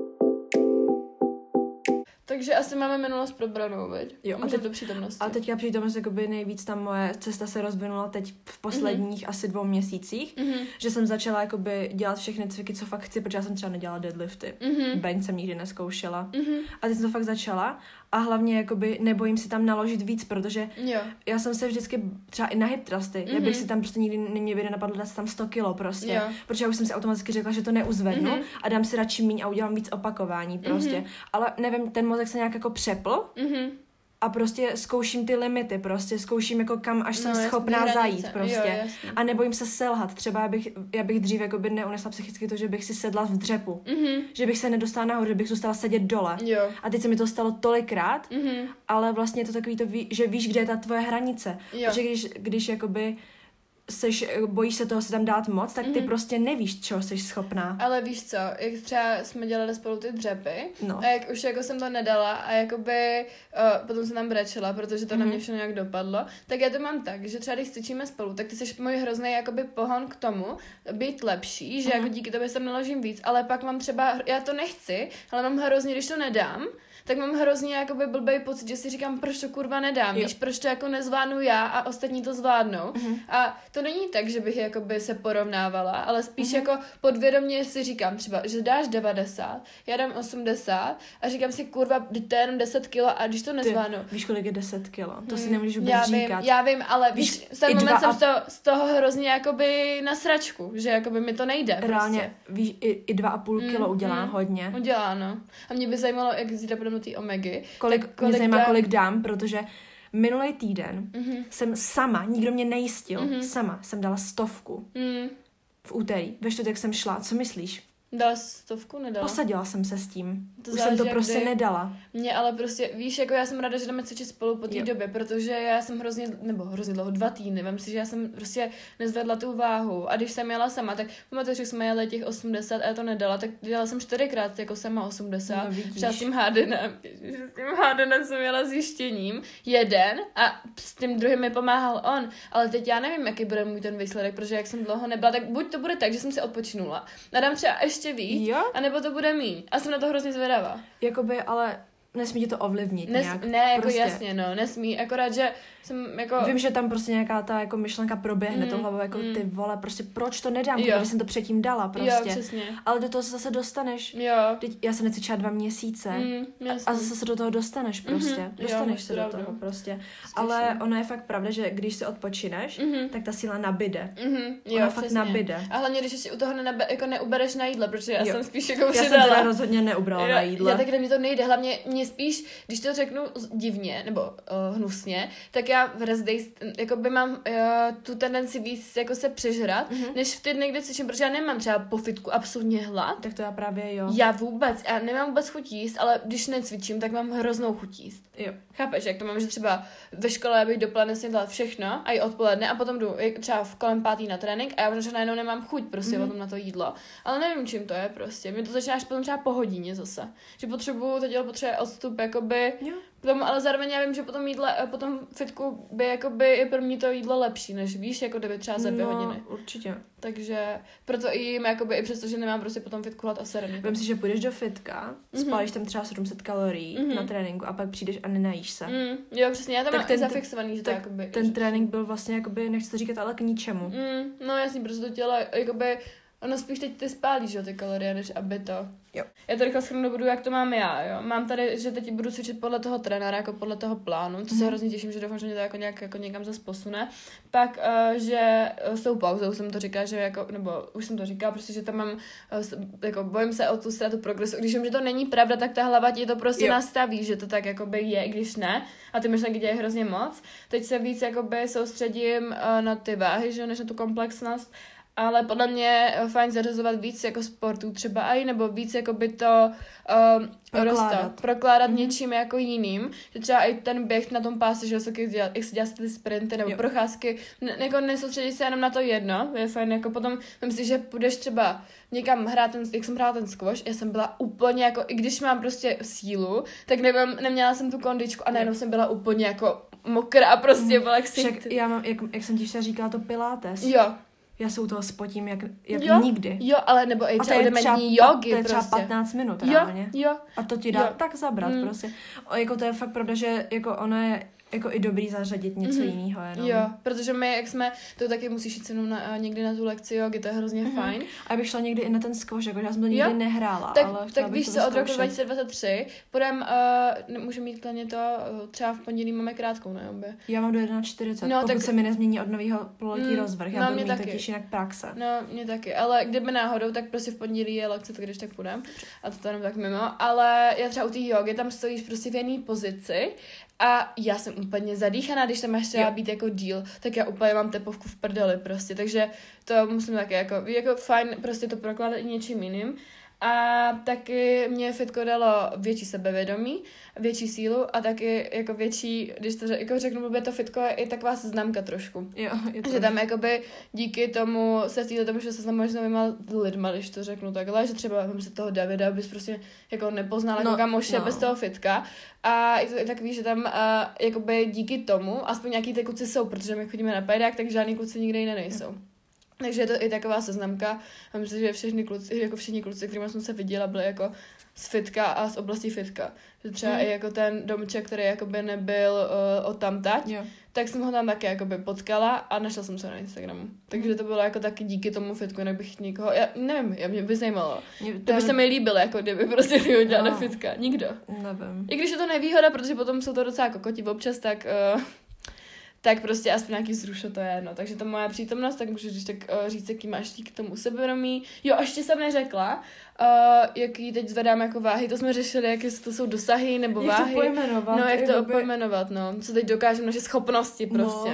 Takže asi máme minulost probranou, veď? Jo, a teď do přítomnosti. A teďka přítomnost, jakoby nejvíc tam moje cesta se rozvinula teď v posledních asi 2 měsících, že jsem začala jakoby dělat všechny cviky, co fakt chci, protože já jsem třeba nedělala deadlifty. Bench jsem nikdy nezkoušela. A teď jsem to fakt začala a hlavně jakoby nebojím si tam naložit víc, protože já jsem se vždycky třeba i na hip thrusty, já bych si tam prostě nikdy mě napadlo dát si tam 100 kilo prostě, protože já už jsem si automaticky řekla, že to neuzvednu a dám si radši míň a udělám víc opakování prostě. Ale nevím, ten mozek se nějak jako přepl a prostě zkouším ty limity prostě, zkouším jako kam až jsem schopná zajít prostě. A nebojím se selhat, třeba já bych dřív jakoby neunesla psychicky to, že bych si sedla v dřepu, že bych se nedostala nahoru, že bych zůstala sedět dole. A teď se mi to stalo tolikrát, ale vlastně je to takový to, že víš, kde je ta tvoje hranice. Protože když jakoby bojíš se toho si tam dát moc, tak ty prostě nevíš, čeho jsi schopná. Ale víš co, jak třeba jsme dělali spolu ty dřepy a jak už jako jsem to nedala a jakoby potom jsem tam brečela, protože to na mě všechno nějak dopadlo, tak já to mám tak, že třeba když cvičíme spolu, tak ty jsi můj hrozný jakoby pohon k tomu být lepší, že jako díky tobě sem naložím víc, ale pak mám třeba, já to nechci, ale mám hrozně, když to nedám, tak mám hrozně jakoby blbej pocit, že si říkám, proč to kurva nedám, víš, proč to jako nezvládnu já a ostatní to zvládnou. A to není tak, že bych jakoby se porovnávala, ale spíš jako podvědomě si říkám třeba, že dáš 90, já dám 80 a říkám si, kurva, to je jenom 10 kilo a když to nezvládnu. Víš, kolik je 10 kilo? To si nemůžeš vůbec říkat. Já vím, ale víš, v ten moment jsem z toho hrozně jakoby na sračku, že jakoby mi to nejde. Reálně, prostě. víš, i 2,5 kilo udělá hodně. Udělá, no. A mě by zajímalo, jak zítra půjdeme do té omegy. Mě zajímá, kolik dám, protože minulý týden jsem sama, nikdo mě nejistil, sama jsem dala 100 v úterý. Ve čtvrtek jsem šla, co myslíš? Dala 100, nedala? Posadila jsem se s tím. To už jsem to prostě nedala. Mě ale prostě, víš, jako já jsem ráda, že jdeme cvičit spolu po té době, protože já jsem hrozně dlouho, 2 týdny, vem si, že já jsem prostě nezvedla tu váhu a když jsem jela sama, tak pamatuju, že jsme jeli těch 80 a já to nedala, tak dělala jsem 4krát jako sama 80, třeba s tím Hardenem, jsem jela s jištěním, jeden a s tím druhým mi pomáhal on, ale teď já nevím, jaký bude můj ten výsledek, protože jak jsem dlouho nebyla, tak buď to bude tak, že jsem si odpočinula a dám třeba ještě víc, anebo to bude míň. A jsem na to hrozně zvědavá. Jakoby, ale nesmí tě to ovlivnit nějak. Ne, jako prostě. Jasně, no, nesmí. Akorát, že jsem jako... Vím, že tam prostě nějaká ta jako myšlenka proběhne tou hlavou, jako ty vole, prostě proč to nedám, když jsem to předtím dala, prostě. Jo, přesně. Ale do toho se zase dostaneš. Jo. Teď já jsem necvičila 2 měsíce a zase se do toho dostaneš prostě. Dostaneš se do toho prostě. Stečně. Ale ono je fakt pravda, že když se odpočineš, tak ta síla nabide. Ona fakt nabide. A hlavně, když si u toho jako neubereš na jídle, protože já jsem spíš jako já jsem teda rozhodně neubrala na jídle. Já taky mi to nejde, hlavně mě spíš, když to řeknu divně, nebo hnusně, tak já v rest days jakoby mám tu tendenci víc jako se přežrat, než v ty dny, kdy cvičím, protože já nemám třeba po fitku absolutně hlad. Tak to já právě jo. Já vůbec, já nemám vůbec chuť jíst, ale když necvičím, tak mám hroznou chuť jíst. Jo. Chápeš, jak to mám, že třeba ve škole bych dopoledne snědla všechno a i odpoledne a potom jdu třeba v kolem 5 na trénink a já už najednou nemám chuť prostě potom na to jídlo. Ale nevím, čím to je prostě. Mě to začíná až potom třeba po hodině zase. Že potřebuju, to tělo potřebuje odstup jakoby tomu, ale zároveň já vím, že potom jídle, potom fitku by jakoby je pro mě to jídlo lepší, než víš, jako kdyby třeba za 2 hodiny. Určitě. Takže proto i jim jakoby, i přesto, že nemám prostě potom fitku hlad a serem. Vem si, že půjdeš do fitka, spálíš tam třeba 700 kalorií na tréninku a pak přijdeš a nenajíš se. Jo, přesně, já tam mám zafixovaný, že to jakoby... Ten trénink byl vlastně jakoby, nechci to říkat, ale k ničemu. No jasně, protože to tělo jakoby Ono spíš teď ty spálíš, jo, ty kalorie, než aby to... Jo. Já to rychle shrnu, budu, jak to mám já, jo. Mám tady, že teď budu cvičit podle toho trenéra, jako podle toho plánu, to se hrozně těším, že doufám, že mě to jako nějak jako někam zase posune. Pak, že s tou pauzou jsem to říkala, že jako, nebo už jsem to říkala, prostě, že tam mám, jako bojím se o tu ztrátu progresu. Když vím, že to není pravda, tak ta hlava ti to prostě nastaví, že to tak jakoby je, když ne. A ty myšlenky dělají hrozně moc. Teď se víc jakoby soustředím na ty váhy, že než na tu komplexnost. Ale podle mě fajn zařazovat víc jako sportů třeba i, nebo víc jako by to prokládat něčím jako jiným, že třeba i ten běh na tom páse, že jak se dělá ty sprinty nebo procházky, jako nesoustředit se jenom na to jedno, je fajn, jako potom myslím si, že půjdeš třeba někam hrát jak jsem hrála ten squash, já jsem byla úplně jako, i když mám prostě sílu, tak neměla jsem tu kondičku a najednou jsem byla úplně jako mokrá, prostě byla Však já mám, jak jsem ti říkala, to pilates. Jo. Já se u toho spotím jak nikdy. Jo, ale nebo i třeba jdemení jogy. To je třeba prostě. 15 minut reálně. Jo. A to ti dá tak zabrat prostě. Jako to je fakt pravda, že jako ono je jako i dobrý zařadit něco jiného jenom. Jo, protože my, jak jsme, to taky musíš jít se mnou někdy na tu lekci jogy, to je hrozně fajn. A já bych šla někdy i na ten squash, jako já jsem to nikdy nehrála, tak, ale tak víš co, od roku 2023 můžeme mít klidně to, třeba v pondělí máme krátkou na obě. Já mám do 11:40, pokud se mi nezmění od nového pololetí rozvrh, já budu mít totiž jinak praxe. No, mě taky, ale kdyby náhodou, tak prostě v pondělí je lekce, tak když tak půjdem, a to jenom tak mimo, ale já třeba u té jogy, tam stojíš prostě v jiné pozici. A já jsem úplně zadýchaná, když tam máš třeba být jako díl, tak já úplně mám tepovku v prdeli prostě, takže to musím taky jako fajn prostě to prokládat i něčím jiným. A taky mě fitko dalo větší sebevědomí, větší sílu a taky jako větší, když to řeknu blbě, to fitko je i taková seznamka trošku. Jo, že tam jakoby díky tomu tomu, že se znamuješ s novýma lidma, když to řeknu takhle, že třeba vím se toho Davida, bys prostě jako nepoznala jako kamoše bez toho fitka. A je to takový, že tam jakoby díky tomu, aspoň nějaký ty kluci jsou, protože my chodíme na pajdák, tak žádný kluci nikde jiné nejsou. Takže je to i taková seznamka. A myslím, že všichni kluci, kterými jsem se viděla, byli jako z fitka a z oblasti fitka. Že třeba i jako ten domček, který jakoby nebyl odtamtať, tak jsem ho tam taky jakoby potkala a našla jsem se na Instagramu. Takže to bylo jako taky díky tomu fitku, jinak bych nikoho, já nevím, mě by zajímalo. To by se mi líbilo, jako kdyby prostě nehodila na fitka. Nikdo. Nevím. I když je to nevýhoda, protože potom jsou to docela kokoti občas, tak prostě aspoň nějaký zrušo to je, no. Takže to moje přítomnost, tak můžeš když tak říct, jaký máš k tomu sebevědomí. Jo, a ještě jsem neřekla, jaký teď zvedám jako váhy, to jsme řešili, jaké to jsou dosahy nebo váhy. Jak to pojmenovat. No, jak to pojmenovat, no. Co teď dokážeme, naše schopnosti prostě.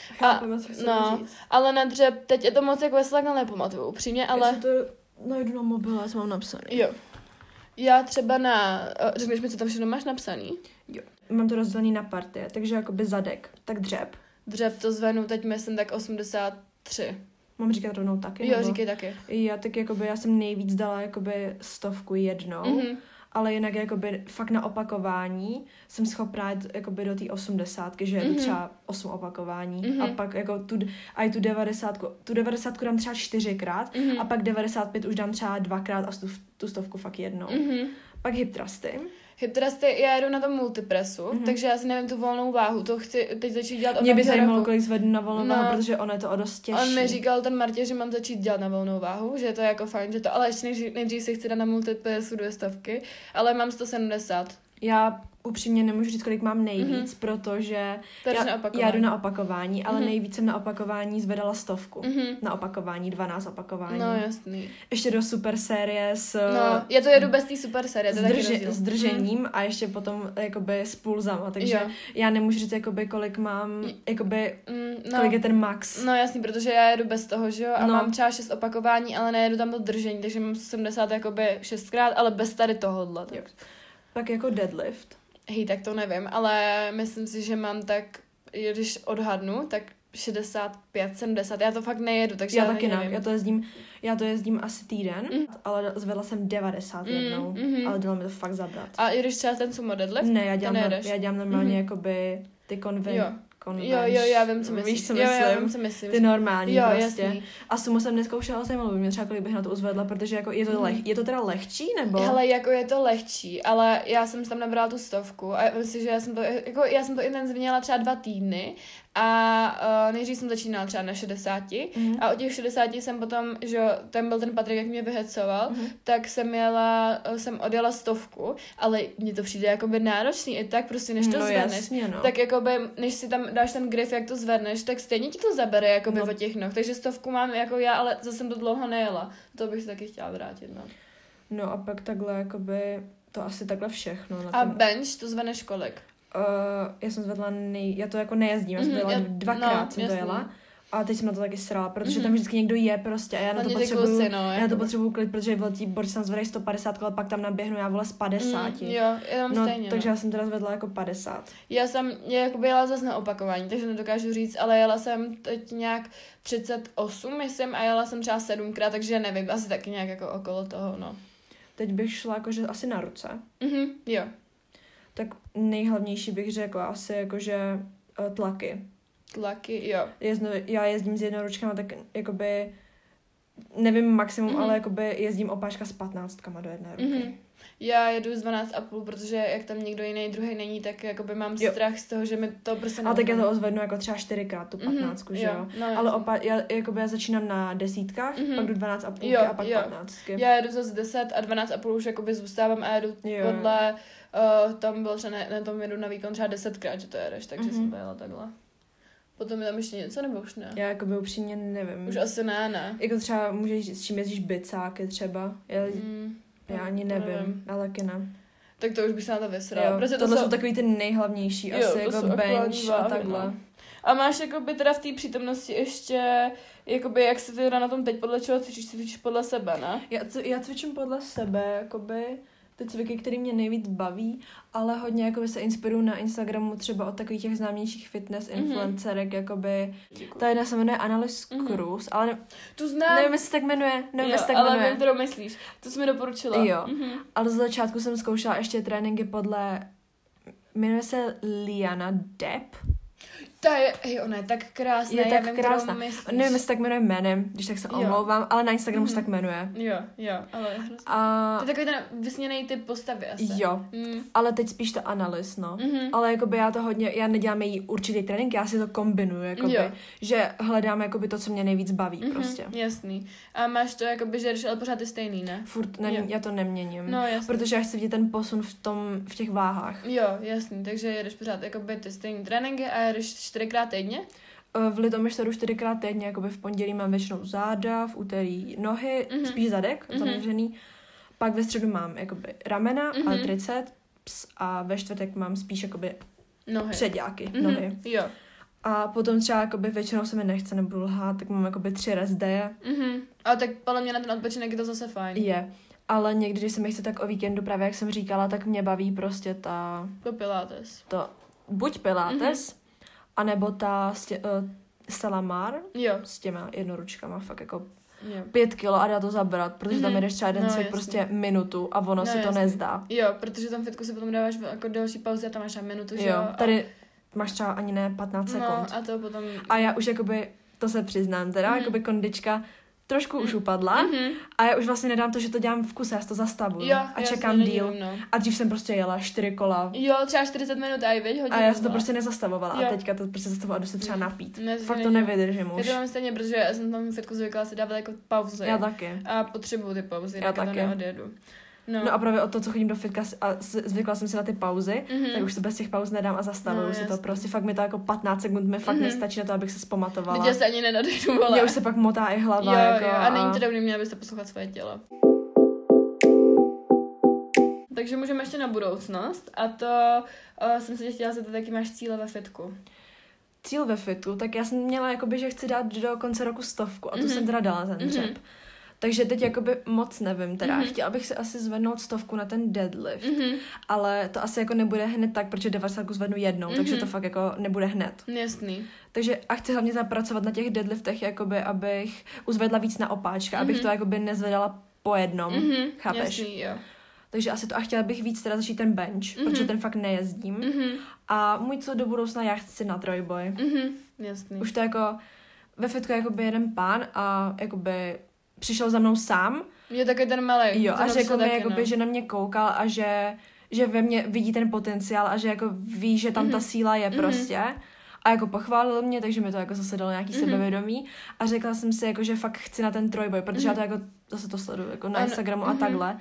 Ale na dřep, teď je to moc jako, jestli takhle nepamatuju, upřímně, ale... Já si to najdu na mobilu, já jsem mám napsaný. Jo. Já třeba řekneš mi, co tam všechno máš napsaný? Jo. Mám to rozdělený na partie, takže jakoby zadek, tak dřep. Dřep to zvenu, teď myslím tak 83. Mám říkat rovnou taky? Jo, říkej taky. Já jsem nejvíc dala jakoby 100 jednou, ale jinak jakoby fakt na opakování jsem schopná jít jakoby do té 80, že je třeba 8 opakování a pak jako tu 90 dám třeba 4krát a pak 95 už dám třeba 2krát a tu 100 fakt jednou. Pak hip thrusty. Hip thrusty, já jedu na tom multipressu, takže já si nevím tu volnou váhu, to chci teď začít dělat od Mě by zajímalo, kolik zvednu na volnou váhu, protože ono je to o dost těžší. On mi říkal ten Martě, že mám začít dělat na volnou váhu, že to je jako fajn, že to, ale ještě nejdřív si chci dát na multipressu 200, ale mám 170. Já upřímně nemůžu říct, kolik mám nejvíc, protože já jdu na opakování, ale nejvíc jsem na opakování zvedala 100. Na opakování, 12 opakování. No jasný. Ještě do super série já to jedu bez té super série, to s držením a ještě potom jakoby s pulzama, takže já nemůžu říct, jakoby, kolik mám, jakoby, kolik je ten max. No jasný, protože já jedu bez toho, že jo, a mám třeba 6 opakování, ale nejedu tam to držení, takže mám 70 jakoby 6krát, ale bez tady tohohle. Pak jako deadlift. Hej, tak to nevím, ale myslím si, že mám tak, když odhadnu, tak 65, 70, já to fakt nejedu, takže já taky nevím. Já to jezdím asi týden, ale zvedla jsem 90 jednou, ale dalo mi to fakt zabrat. A i když třeba ten sumo deadlift? Ne, já dělám normálně jakoby ty Jo, já vím, co myslíš. Víš, co myslím? Já vím, co myslíš. Ty normální jo, prostě. Jasný. A sumo jsem neskoušela, zajímalo by mě třeba, kolik bych na to uzvedla, protože jako je to teda lehčí, nebo? Hele, jako je to lehčí, ale já jsem tam nabrala tu 100 a myslím, že já jsem to intenzivně dělala třeba 2 týdny A nejdřív jsem začínala třeba na 60 a od těch 60 jsem potom, že ten byl ten Patrik, jak mě vyhecoval, tak jsem odjela 100, ale mně to přijde jakoby náročný i tak prostě, než to zvedneš. Jasně, no. Tak jakoby, než si tam dáš ten grif, jak to zvedneš, tak stejně ti to zabere jakoby od těch noh. Takže 100 mám jako já, ale zase jsem to dlouho nejela. To bych si taky chtěla vrátit, no. No a pak takhle jakoby, to asi takhle všechno. A bench, to zvedneš kolik? Já jsem zvedla já to jako nejezdím, já jsem to jela dvakrát, jsem to jela. A teď jsem na to taky srala, protože tam vždycky někdo je prostě a já na to potřebuju, potřebuju klid, protože velký borci tam zvedají 150, ale pak tam naběhnu já vole z 50. Jo, já mám stejně. Takže já jsem teda zvedla jako 50. Já jsem jela zase na opakování, takže nedokážu říct, ale jela jsem teď nějak 38, myslím, a jela jsem třeba 7krát, takže nevím, asi taky nějak jako okolo toho, no. Teď bych šla jakože asi na ruce. Jo. Tak nejhlavnější bych řekla asi jakože tlaky. Tlaky, jo. Já jezdím s jednoručkama, tak jakoby nevím maximum, ale jakoby jezdím opáčka s 15 do jedné ruky. Já jedu z 12,5, protože jak tam někdo jiný druhý není, tak jakoby mám strach z toho, že mi to prostě ale tak já to ozvednu jako třeba 4krát tu 15, že jo? No, ale já začínám na 10, pak jdu 12,5 a pak 15. Já jedu zase 10 a 12,5 už jakoby zůstávám a jedu podle, tam bylo třeba na tom jedu na výkon třeba 10krát, že to jedeš, takže jsem jela takhle. Potom je tam ještě něco, nebo už ne? Já jakoby upřímně nevím. Už asi ne. Jako třeba můžeš, s čím jezdíš bicáky třeba. Já ani nevím, ale taky ne. Tak to už bych se na to vysrala. Tohle jsou takový ty nejhlavnější, asi jako bench a takhle. No. A máš jakoby teda v té přítomnosti ještě, jakoby jak se teda na tom teď podle čeho cvičíš podle sebe, ne? Já cvičím podle sebe, jakoby ty cviky, které mě nejvíc baví, ale hodně jakoby se inspiruju na Instagramu třeba od takových těch známějších fitness influencerek, jakoby ta jedna se jmenuje Annalise Cruz, ale tu znám. Nevím, jestli se tak jmenuje, ale vím, kterou myslíš. To jsi mi doporučila. Jo, ale z začátku jsem zkoušela ještě tréninky jmenuje se Liana Depp. Ona je tak krásná. Je tak krásná. Nevím, jestli tak jmenuje jménem, když tak se omlouvám, ale na Instagramu se tak jmenuje. Jo, ale to je takový ten vysněnej typ postavy asi. Jo, ale teď spíš to Annalise, no. Ale jakoby já nedělám její určitý trénink, já si to kombinuju, jakoby, že hledám jakoby to, co mě nejvíc baví, prostě. Jasný. A máš to jakoby, že jdeš, ale pořád je stejný, ne? Furt, já to neměním. No, jasný. Protože já chci vidět ten posun v těch váhách. Jo, jasný, takže jedeš pořád jakoby ty stejný tréninky a jedeš 4krát týdně? V Litomyšleru 4krát týdně, jakoby v pondělí mám většinou záda, v úterý nohy, spíš zadek, zaměřený. Pak ve středu mám jakoby ramena a triceps a ve čtvrtek mám spíš jakoby předáky, nohy. Jo. A potom třeba jakoby většinou se mi nechce, nebudu lhát, tak mám jakoby 3 rest daye. A tak podle mě na ten odpočinek je to zase fajn. Je. Ale někdy, když se mi chce tak o víkendu, právě jak jsem říkala, tak mě baví prostě to pilates. Buď pilates, anebo ta Salamar s těma jednoručkama, fakt jako 5 kilo a dá to zabrat, protože tam jedeš třeba jeden cvik prostě minutu a ono si to nezdá. Jo, protože tam fitku si potom dáváš jako další pauzy a tam máš třeba minutu, že jo? Tady máš třeba ani ne 15 sekund. A to potom... A já už jakoby, to se přiznám teda, jakoby kondička trošku už upadla a já už vlastně nedám to, že to dělám v kuse, já to zastavuju a čekám díl. A dřív jsem prostě jela 4 kola. Jo, třeba 40 minut a hodinu. A já jsem to prostě nezastavovala a teďka to prostě zastavovala a jdu se třeba napít. Fakt to nevydržím už. Já to mám stejně, protože já jsem tam fitku zvykla si dávat jako pauzy. Já taky. A potřebuju ty pauzy, já taky. To neodjedu. No a právě o to, co chodím do fitka a zvykla jsem si na ty pauzy, tak už to bez těch pauz nedám a zastavuju si to. Prostě fakt mi to jako 15 sekund mi fakt nestačí na to, abych se zpamatovala. Teď se ani nenadejdu, vole. Mě už se pak motá i hlava. Jo, a není to dobrý, měla byste poslouchat svoje tělo. Takže můžeme ještě na budoucnost a to jsem se tě chtěla zeptat, jaký máš cíle ve fitku. Cíl ve fitu? Tak já jsem měla jakoby, že chci dát do konce roku 100 a tu jsem teda dala ten dřep. Takže teď jakoby moc nevím teda. Chtěla bych si asi zvednout 100 na ten deadlift, ale to asi jako nebude hned tak, protože 90 zvednu jednou, takže to fakt jako nebude hned. Jasný. Takže a chci hlavně zapracovat na těch deadliftech, jakoby, abych uzvedla víc na opáčka, abych to jakoby nezvedala po jednom, chápeš? Jasný, jo. Takže asi to a chtěla bych víc teda začít ten bench, protože ten fakt nejezdím. A můj cíl do budoucna, já chci na trojboj. Jasný. Už to jako ve fitku jakoby jeden pán a jakoby přišel za mnou sám. Je taky ten malej. Jo, a že jako mi, jakoby, že na mě koukal a že ve mně vidí ten potenciál a že jako ví, že tam ta síla je prostě. A jako pochválil mě, takže mi to jako zase dalo nějaký sebevědomí a řekla jsem si jako, že fakt chci na ten trojboj, protože já to jako zase to sleduju jako na Instagramu a takhle.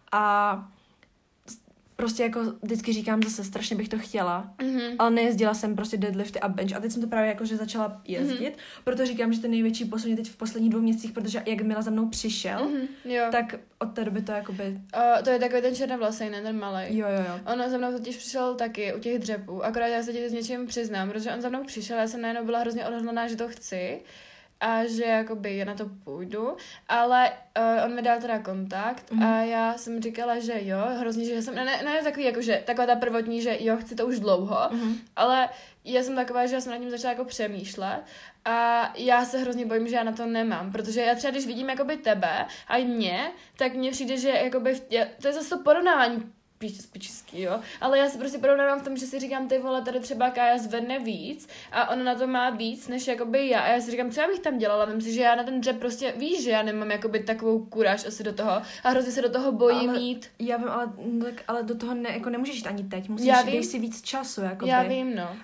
A prostě jako vždycky říkám zase, strašně bych to chtěla, ale nejezdila jsem prostě deadlifty a bench a teď jsem to právě jako, že začala jezdit, proto říkám, že ten největší posun je teď v posledních 2 měsících, protože jak Mila za mnou přišel, tak od té doby to jakoby... To je takový ten černovlasej, ne ten malej. Jo. On za mnou totiž přišel taky u těch dřepů, akorát já se ti s něčím přiznám, protože on za mnou přišel, já jsem najednou byla hrozně odhodlaná, že to chci a že jakoby na to půjdu, ale on mi dal teda kontakt a já jsem říkala, že jo, hrozně, že jsem, ne takový jakože, taková ta prvotní, že jo, chci to už dlouho, ale já jsem taková, že já jsem nad tím začala jako přemýšlet a já se hrozně bojím, že já na to nemám, protože já třeba, když vidím jakoby tebe a i mě, tak mně přijde, že jakoby, to je zase to porovnávání pičský, jo, ale já se prostě porovnávám v tom, že si říkám, ty vole, tady třeba Kája zvedne víc a ona na to má víc, než jakoby já a já si říkám, co já bych tam dělala, vím si, že já na ten dřep prostě, víš, že já nemám jakoby takovou kuráž asi do toho a hrozně se do toho bojím jít. Já vím, ale do toho jako nemůžeš jít ani teď, musíš, dej si víc času, jakoby. Já vím, no.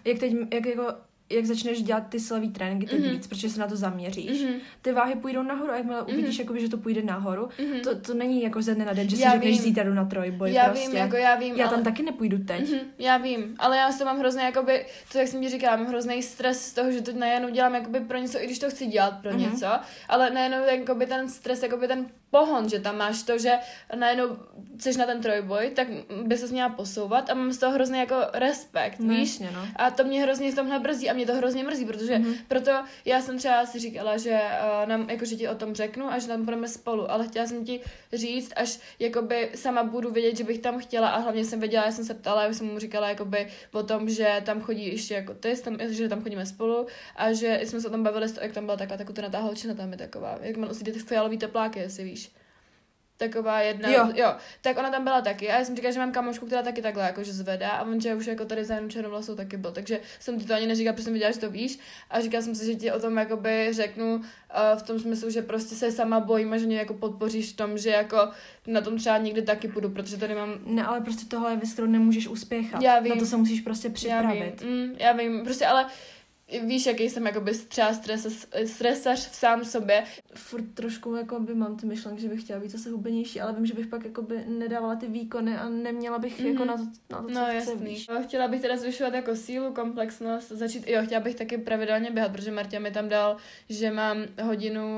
Jak začneš dělat ty silový tréninky, teď víc, protože se na to zaměříš. Ty váhy půjdou nahoru a jakmile uvidíš, jakoby, že to půjde nahoru, to není jako ze dne na den, že si řekneš zítra jdu na trojboj. Já vím. Já tam taky nepůjdu teď. Já vím, ale já s to mám hrozně, jakoby, to jak jsem ti říkala, mám hrozný stres z toho, že to najednou dělám jakoby pro něco, i když to chci dělat pro něco, ale najednou jakoby ten stres, jakoby ten pohon, že tam máš to, že najednou chceš na ten trojboj, tak by se měla posouvat a mám z toho hrozně jako respekt, víš? No. A to mě hrozně v tomhle brzdí a mě to hrozně mrzí, protože proto já jsem třeba si říkala, že nám, jako, že ti o tom řeknu a že tam budeme spolu, ale chtěla jsem ti říct, až jakoby sama budu vědět, že bych tam chtěla a hlavně jsem věděla, já jsem se ptala, já jsem mu říkala jakoby o tom, že tam chodí ještě jako ty, že tam chodíme spolu a že jsme se o tom bavili, jak tam byla taková natáhlá holčina, tam je taková, jak má nosí ty fialový tepláky, jestli víš. Taková jedna, jo, tak ona tam byla taky a já jsem říkala, že mám kamošku, která taky takhle jakože zvedá a on, že už jako tady za černovlasou taky byl, takže jsem ti to ani neříkala, protože jsem viděla, že to víš a říkala jsem si, že ti o tom jakoby řeknu v tom smyslu, že prostě se sama bojím a že mě jako podpoříš v tom, že jako na tom třeba někdy taky půjdu, protože tady mám... Ne, ale prostě tohle je věc, kterou nemůžeš uspěchat. Já vím. Na to se musíš prostě připravit. Já vím, prostě ale víš, jaký jsem jakoby třeba stresař v sám sobě. Furt trošku jakoby mám ty myšlenky, že bych chtěla být zase hubenější, ale vím, že bych pak jakoby nedávala ty výkony a neměla bych jako na to co chci, víš. Chtěla bych teda zvyšovat jako sílu, komplexnost, chtěla bych taky pravidelně běhat, protože Marta mi tam dal, že mám hodinu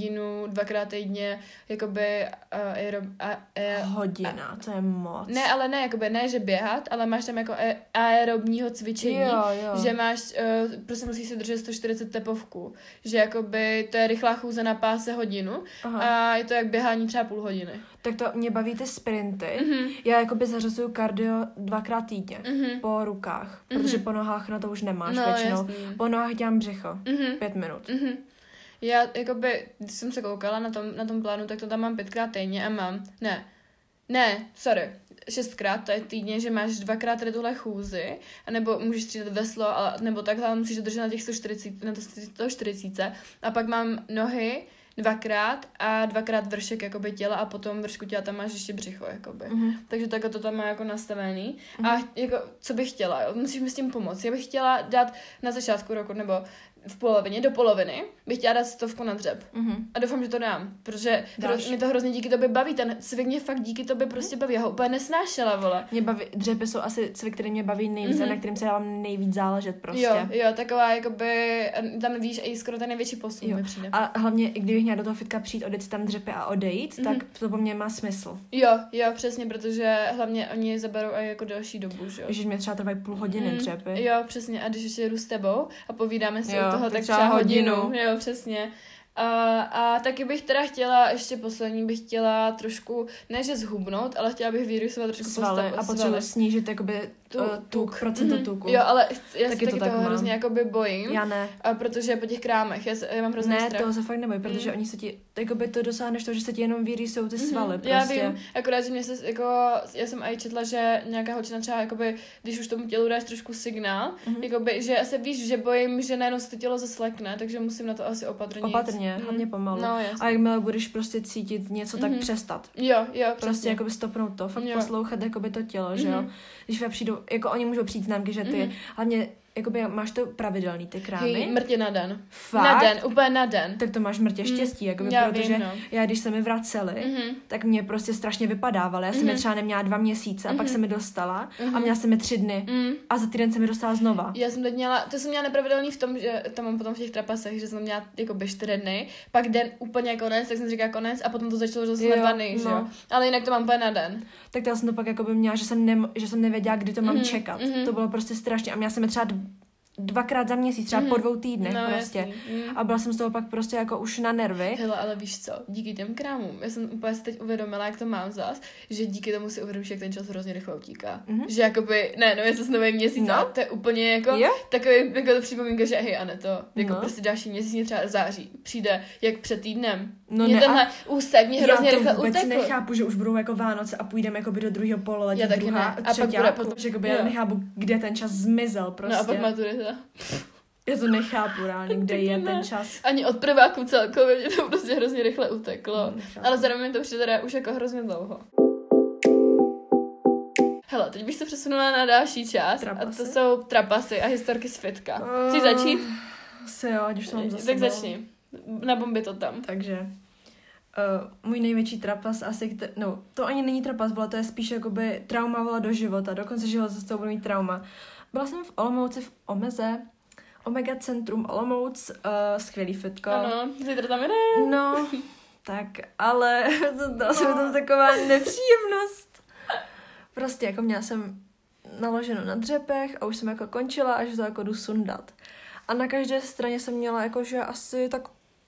2x týdně jakoby hodina, to je moc. Ne, ale ne, jakoby ne, že běhat, ale máš tam jako aerobního cvičení, že máš prostě musíš si držet 140 tepovku, že jakoby to je rychlá chůze na páse hodinu a je to jak běhání třeba půl hodiny. Tak to mě baví ty sprinty. Já jakoby zařazuju kardio 2x týdně po rukách, protože po nohách na to už nemáš většinou. Jasný. Po nohách dělám břicho. 5 minut. Já jakoby, když jsem se koukala na tom plánu, tak to tam mám 5x týdně a mám, ne, 6x týdně, že máš 2x tady tuhle chůzi, anebo můžeš střídat veslo, nebo takhle, ale musíš dodržet na těch 140 a pak mám nohy 2x a 2x vršek jakoby těla a potom vršku těla tam máš ještě břicho, jakoby. Takže takhle to tam má jako nastavený. A jako, co bych chtěla, musíš mi s tím pomoct. Já bych chtěla dát na začátku roku, nebo do poloviny, bych chtěla dát 100 na dřep. A doufám, že to dám, protože mě to hrozně díky tobě baví, ten cvik mě fakt díky tobě prostě baví, já ho úplně nesnášela, vole. Mě baví, dřepy jsou asi cvik, který mě baví nejvíc a na kterým se dávám nejvíc záležet prostě. Jo, taková jakoby, tam víš, i skoro ten největší posun mi přijde. A hlavně, kdybych měla do toho fitka přijít, odjet tam dřepy a odejít, tak to po mně má smysl. Jo, přesně, protože hlavně oni zaberou i jako další dobu, že jo. Že mě třeba trvají půl hodiny dřepy. Jo, přesně, a když ještě jdu s tebou a povídáme si toho, tak třeba hodinu. Jo, přesně. A taky bych teda chtěla, ještě poslední bych chtěla trošku, ne že zhubnout, ale chtěla bych vyrysovat trošku svaly a potřebuji snížit jakoby tuk, procento tuku. Jo, ale já se taky toho hrozně jakoby bojím. Já ne. Protože po těch krámech, já mám hrozný strach. Ne, toho se fakt nebojím, protože oni se ti, jakoby to dosáhneš to, že se ti jenom vyrýsou ty svaly prostě. Já vím, akorát, že mě se, jako, já jsem i četla, že nějaká holčina třeba, jakoby, když už tomu tělu dáš trošku signál, jakoby, že se víš, že bojím, že najednou se to tělo zaslekne, takže musím na to asi opatrně. Hlavně pomalu. No, a jakmile budeš prostě cítit něco, tak přestat. Jo, prostě jakoby stopnout to, fakt poslouchat jakoby to tělo, že jo. Když přijdu, jako oni můžou přijít známky, že ty, hlavně jakoby máš to pravidelný ty krámy. Mrtě na den. Fakt? Na den, úplně na den. Tak to máš mrtě štěstí, jakoby, protože já, když se mi vraceli, tak mě prostě strašně vypadávaly. Já jsem je třeba neměla 2 měsíce a pak se mi dostala a měla jsem je 3 dny a za týden se mi dostala znova. Já jsem teď měla, to jsem měla nepravidelný v tom, že tam mám potom v těch trapasech, že jsem měla jakoby 4 dny, pak den úplně konec, tak jsem říkala konec a potom to začalo zase na 2 dny, že jo. Ale jinak to mám úplně na den. Tak já jsem to pak jakoby měla, že jsem nevěděla, kdy to mám čekat. To bylo prostě strašně a měla jsem je třeba 2krát za měsíc, třeba po 2 týdnech prostě. A byla jsem z toho pak prostě jako už na nervy. Hele, ale víš co, díky těm krámům, já jsem úplně si teď uvědomila, jak to mám zas, že díky tomu si uvědomíš, jak ten čas hrozně rychle utíká. Že jakoby, ne, je to nový měsíc a to je úplně jako takový, jako to připomínka, že hej, Aneto, jako prostě další měsíc mě třeba září přijde jak před týdnem. Mě tenhle úsek mě hrozně rychle utekl. Já to vůbec nechápu, že už budou jako Vánoce a půjdeme jakoby do druhého pololetí, já taky druhá, ne. A pak bude potom, že jakoby já nechápu, kde ten čas zmizel prostě. No a pak maturita. Já to nechápu reálně, kde je ten čas. Ani od prváku celkově mě to prostě hrozně rychle uteklo. Ale zároveň to přijde teda už jako hrozně dlouho. Hele, teď bych se přesunula na další část. Trapasy. A to jsou trapasy a historky z fitka. Chci začít? Se jo, ať už to mám za Tak začni. Na bomby to tam. Takže můj největší trapas asi, to ani není trapas, vole, to je spíš jakoby trauma, vole, do života. Do konce života z toho budu mít trauma. Byla jsem v Olomouci v Omeze, Omega Centrum Olomouc, skvělý fitko. Ano, zítra tam jde. No, tak, ale dala se mi tam taková nepříjemnost. Prostě jako měla jsem naloženo na dřepech a už jsem jako končila a že to jako jdu sundat. A na každé straně jsem měla jakože asi tak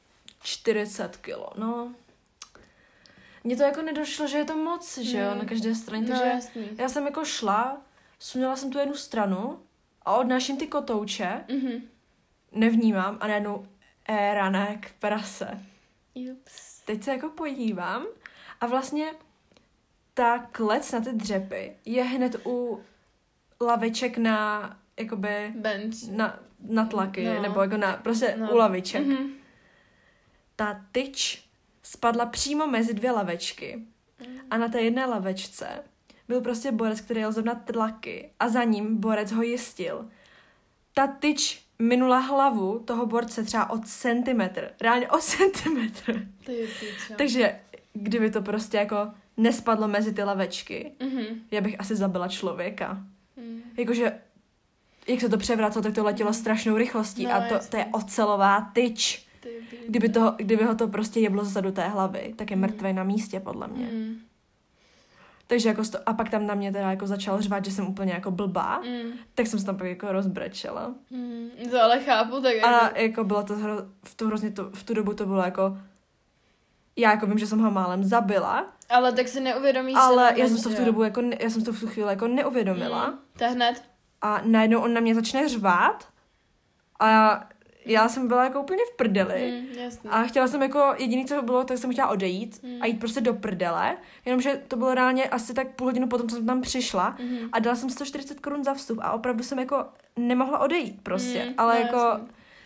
40 kilo, no. Mně to jako nedošlo, že je to moc, že jo, na každé straně, takže já jsem jako šla, sundala jsem tu jednu stranu a odnáším ty kotouče, nevnímám a najednou ranek prase. Ups. Teď se jako podívám a vlastně ta klec na ty dřepy je hned u laviček na jakoby bench. Na tlaky, nebo jako prostě u laviček. Ta tyč spadla přímo mezi 2 lavečky a na té jedné lavečce byl prostě borec, který jel zrovna tlaky a za ním borec ho jistil. Ta tyč minula hlavu toho borce třeba o centimetr. Reálně o centimetr. Takže kdyby to prostě jako nespadlo mezi ty lavečky, já bych asi zabila člověka. Jakože jak se to převracelo, tak to letělo strašnou rychlostí a to je ocelová tyč. Kdyby ho to prostě jeblo zezadu té hlavy, tak je mrtvej na místě, podle mě. Takže jako a pak tam na mě teda jako začal řvát, že jsem úplně jako blbá, tak jsem se tam pak jako rozbrečela. To ale chápu, tak jako... A jako bylo to v tu dobu to bylo jako já jako vím, že jsem ho málem zabila. Ale tak si neuvědomíš. Ale já jsem to v tu dobu jako já jsem to v tu chvíli jako neuvědomila. To hned. A najednou on na mě začne řvát a já jsem byla jako úplně v prdeli. A chtěla jsem jako, jediný, co bylo, tak jsem chtěla odejít a jít prostě do prdele. Jenomže to bylo reálně asi tak půl hodinu potom, co jsem tam přišla a dala jsem 140 korun za vstup a opravdu jsem jako nemohla odejít prostě. Ale jako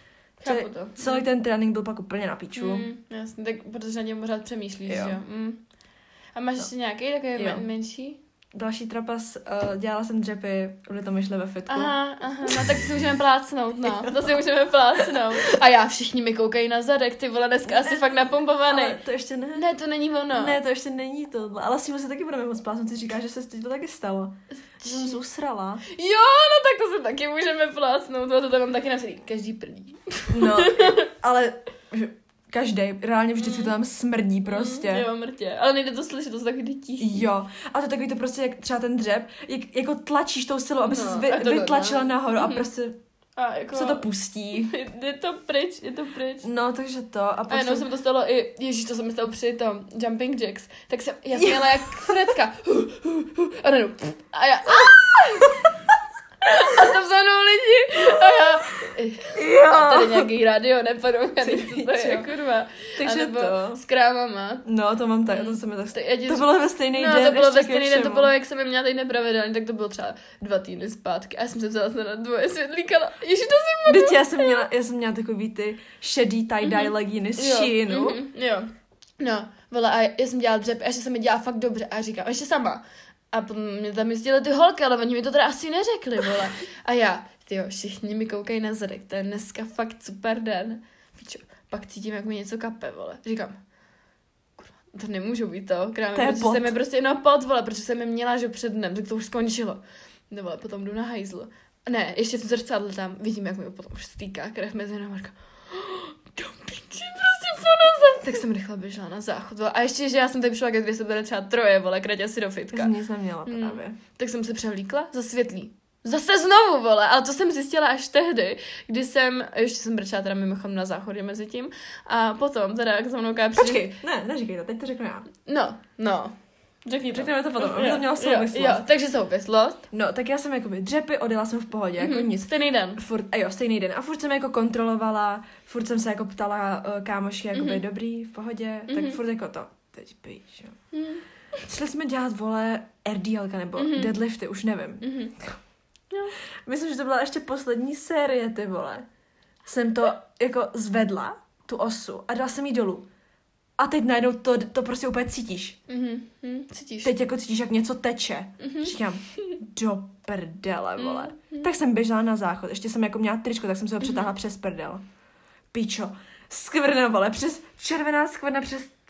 celý ten trénink byl pak úplně na píču. Jasně, tak protože na něm pořád přemýšlíš, že jo. A máš ještě nějaký takový menší? Další trapas, dělala jsem dřepy, byly to myšle ve fitku. Aha, no tak si můžeme plácnout, no. To si můžeme plácnout. A já, všichni mi koukají na zadek, ty vole, dneska asi fakt napumpovaný. Ale to ještě ne. Ne, to není ono. Ne, to ještě není to. Ale s tím se taky budeme moc plácnout, ty říkáš, že se to taky stalo. Že jsem zúsrala. Jo, no tak to se taky můžeme plácnout, to tam mám taky napsaný, každý prdí. No, ale... Každý, reálně vždycky to tam smrdí prostě. Jo, mrtě. Ale nejde to slyšet, to jsou takový tichý. Jo. A to takový to prostě, jak třeba ten dřep, jako tlačíš tou silou, aby se vytlačila nahoru a prostě a jako se to pustí. Je to pryč. No, takže to. A jenom jsem to stalo i, ježíš, to se mi stalo při tom Jumping Jacks. Tak já jsem jela jak Fredka. A najednou. A já... A tam za mnou lidi. A já... A tady nějaký radio nepodobený, co to je, kurva. Takže to. S krámama. No, to mám tak, to se mi tak... To bylo ve stejný den. No, to bylo ve stejný den, to bylo, jak jsem je měla teď nepravidelně, tak to bylo třeba 2 týdny zpátky. A já jsem se vzala na 2 světlíka. Ježiš, to jsem mohla. Já jsem měla takový ty šedý tie-dye legíny z Sheinu. Jo. No, vole, a já jsem dělala dřep, a ještě jsem mi dělala fakt dobře. A říkám, ještě sama. A potom mě tam jezdily ty holky, ale oni mi to teda asi neřekli, vole. A já, tyjo, všichni mi koukají na zadek, to je dneska fakt super den. Pičo, pak cítím, jak mi něco kape, vole. Říkám, kurva, to nemůžu být to, krámě, protože pot. jsem mi prostě, pot, vole, protože jsem mi měla, že před dnem, tak to už skončilo. No vole, potom jdu na hajzl. Ne, ještě v zrcadle tam, vidím, jak mi potom už stýká krev mezi nohama, do piči, prostě po noze. Tak jsem rychle běžela na záchod, vole. A ještě, že já jsem tady přišla, když se tady třeba troje, vole, kratě asi do fitka. Jsem nic neměla právě. Tak jsem se převlíkla za světlý. Zase znovu, vole, ale to jsem zjistila až tehdy, kdy ještě jsem brčela teda mimochodem na záchodě mezi tím a potom teda, jak za mnou Počkej, neříkej to, teď to řeknu já. No. Řekneme to potom, aby to mělo souvislost. Jo, takže souvislost. No, tak já jsem jakoby dřepy, odjela jsem v pohodě, jako nic. Stejný den. Stejný den. A furt jsem jako kontrolovala, furt jsem se jako ptala kámošky, jakoby dobrý, v pohodě, tak furt jako to. Teď píš, jo. Šli jsme dělat, vole, RDLka nebo deadlifty, už nevím. No. Myslím, že to byla ještě poslední série, ty vole. Jsem to jako zvedla, tu osu, a dala jsem jí dolů. A teď najednou to prostě úplně cítíš. Cítíš. Teď jako cítíš, jak něco teče. Říkám, do prdele, vole. Tak jsem běžela na záchod. Ještě jsem jako měla tričko, tak jsem se ho přetáhla přes prdel. Pičo. Skvrna, vole. Červená skvrna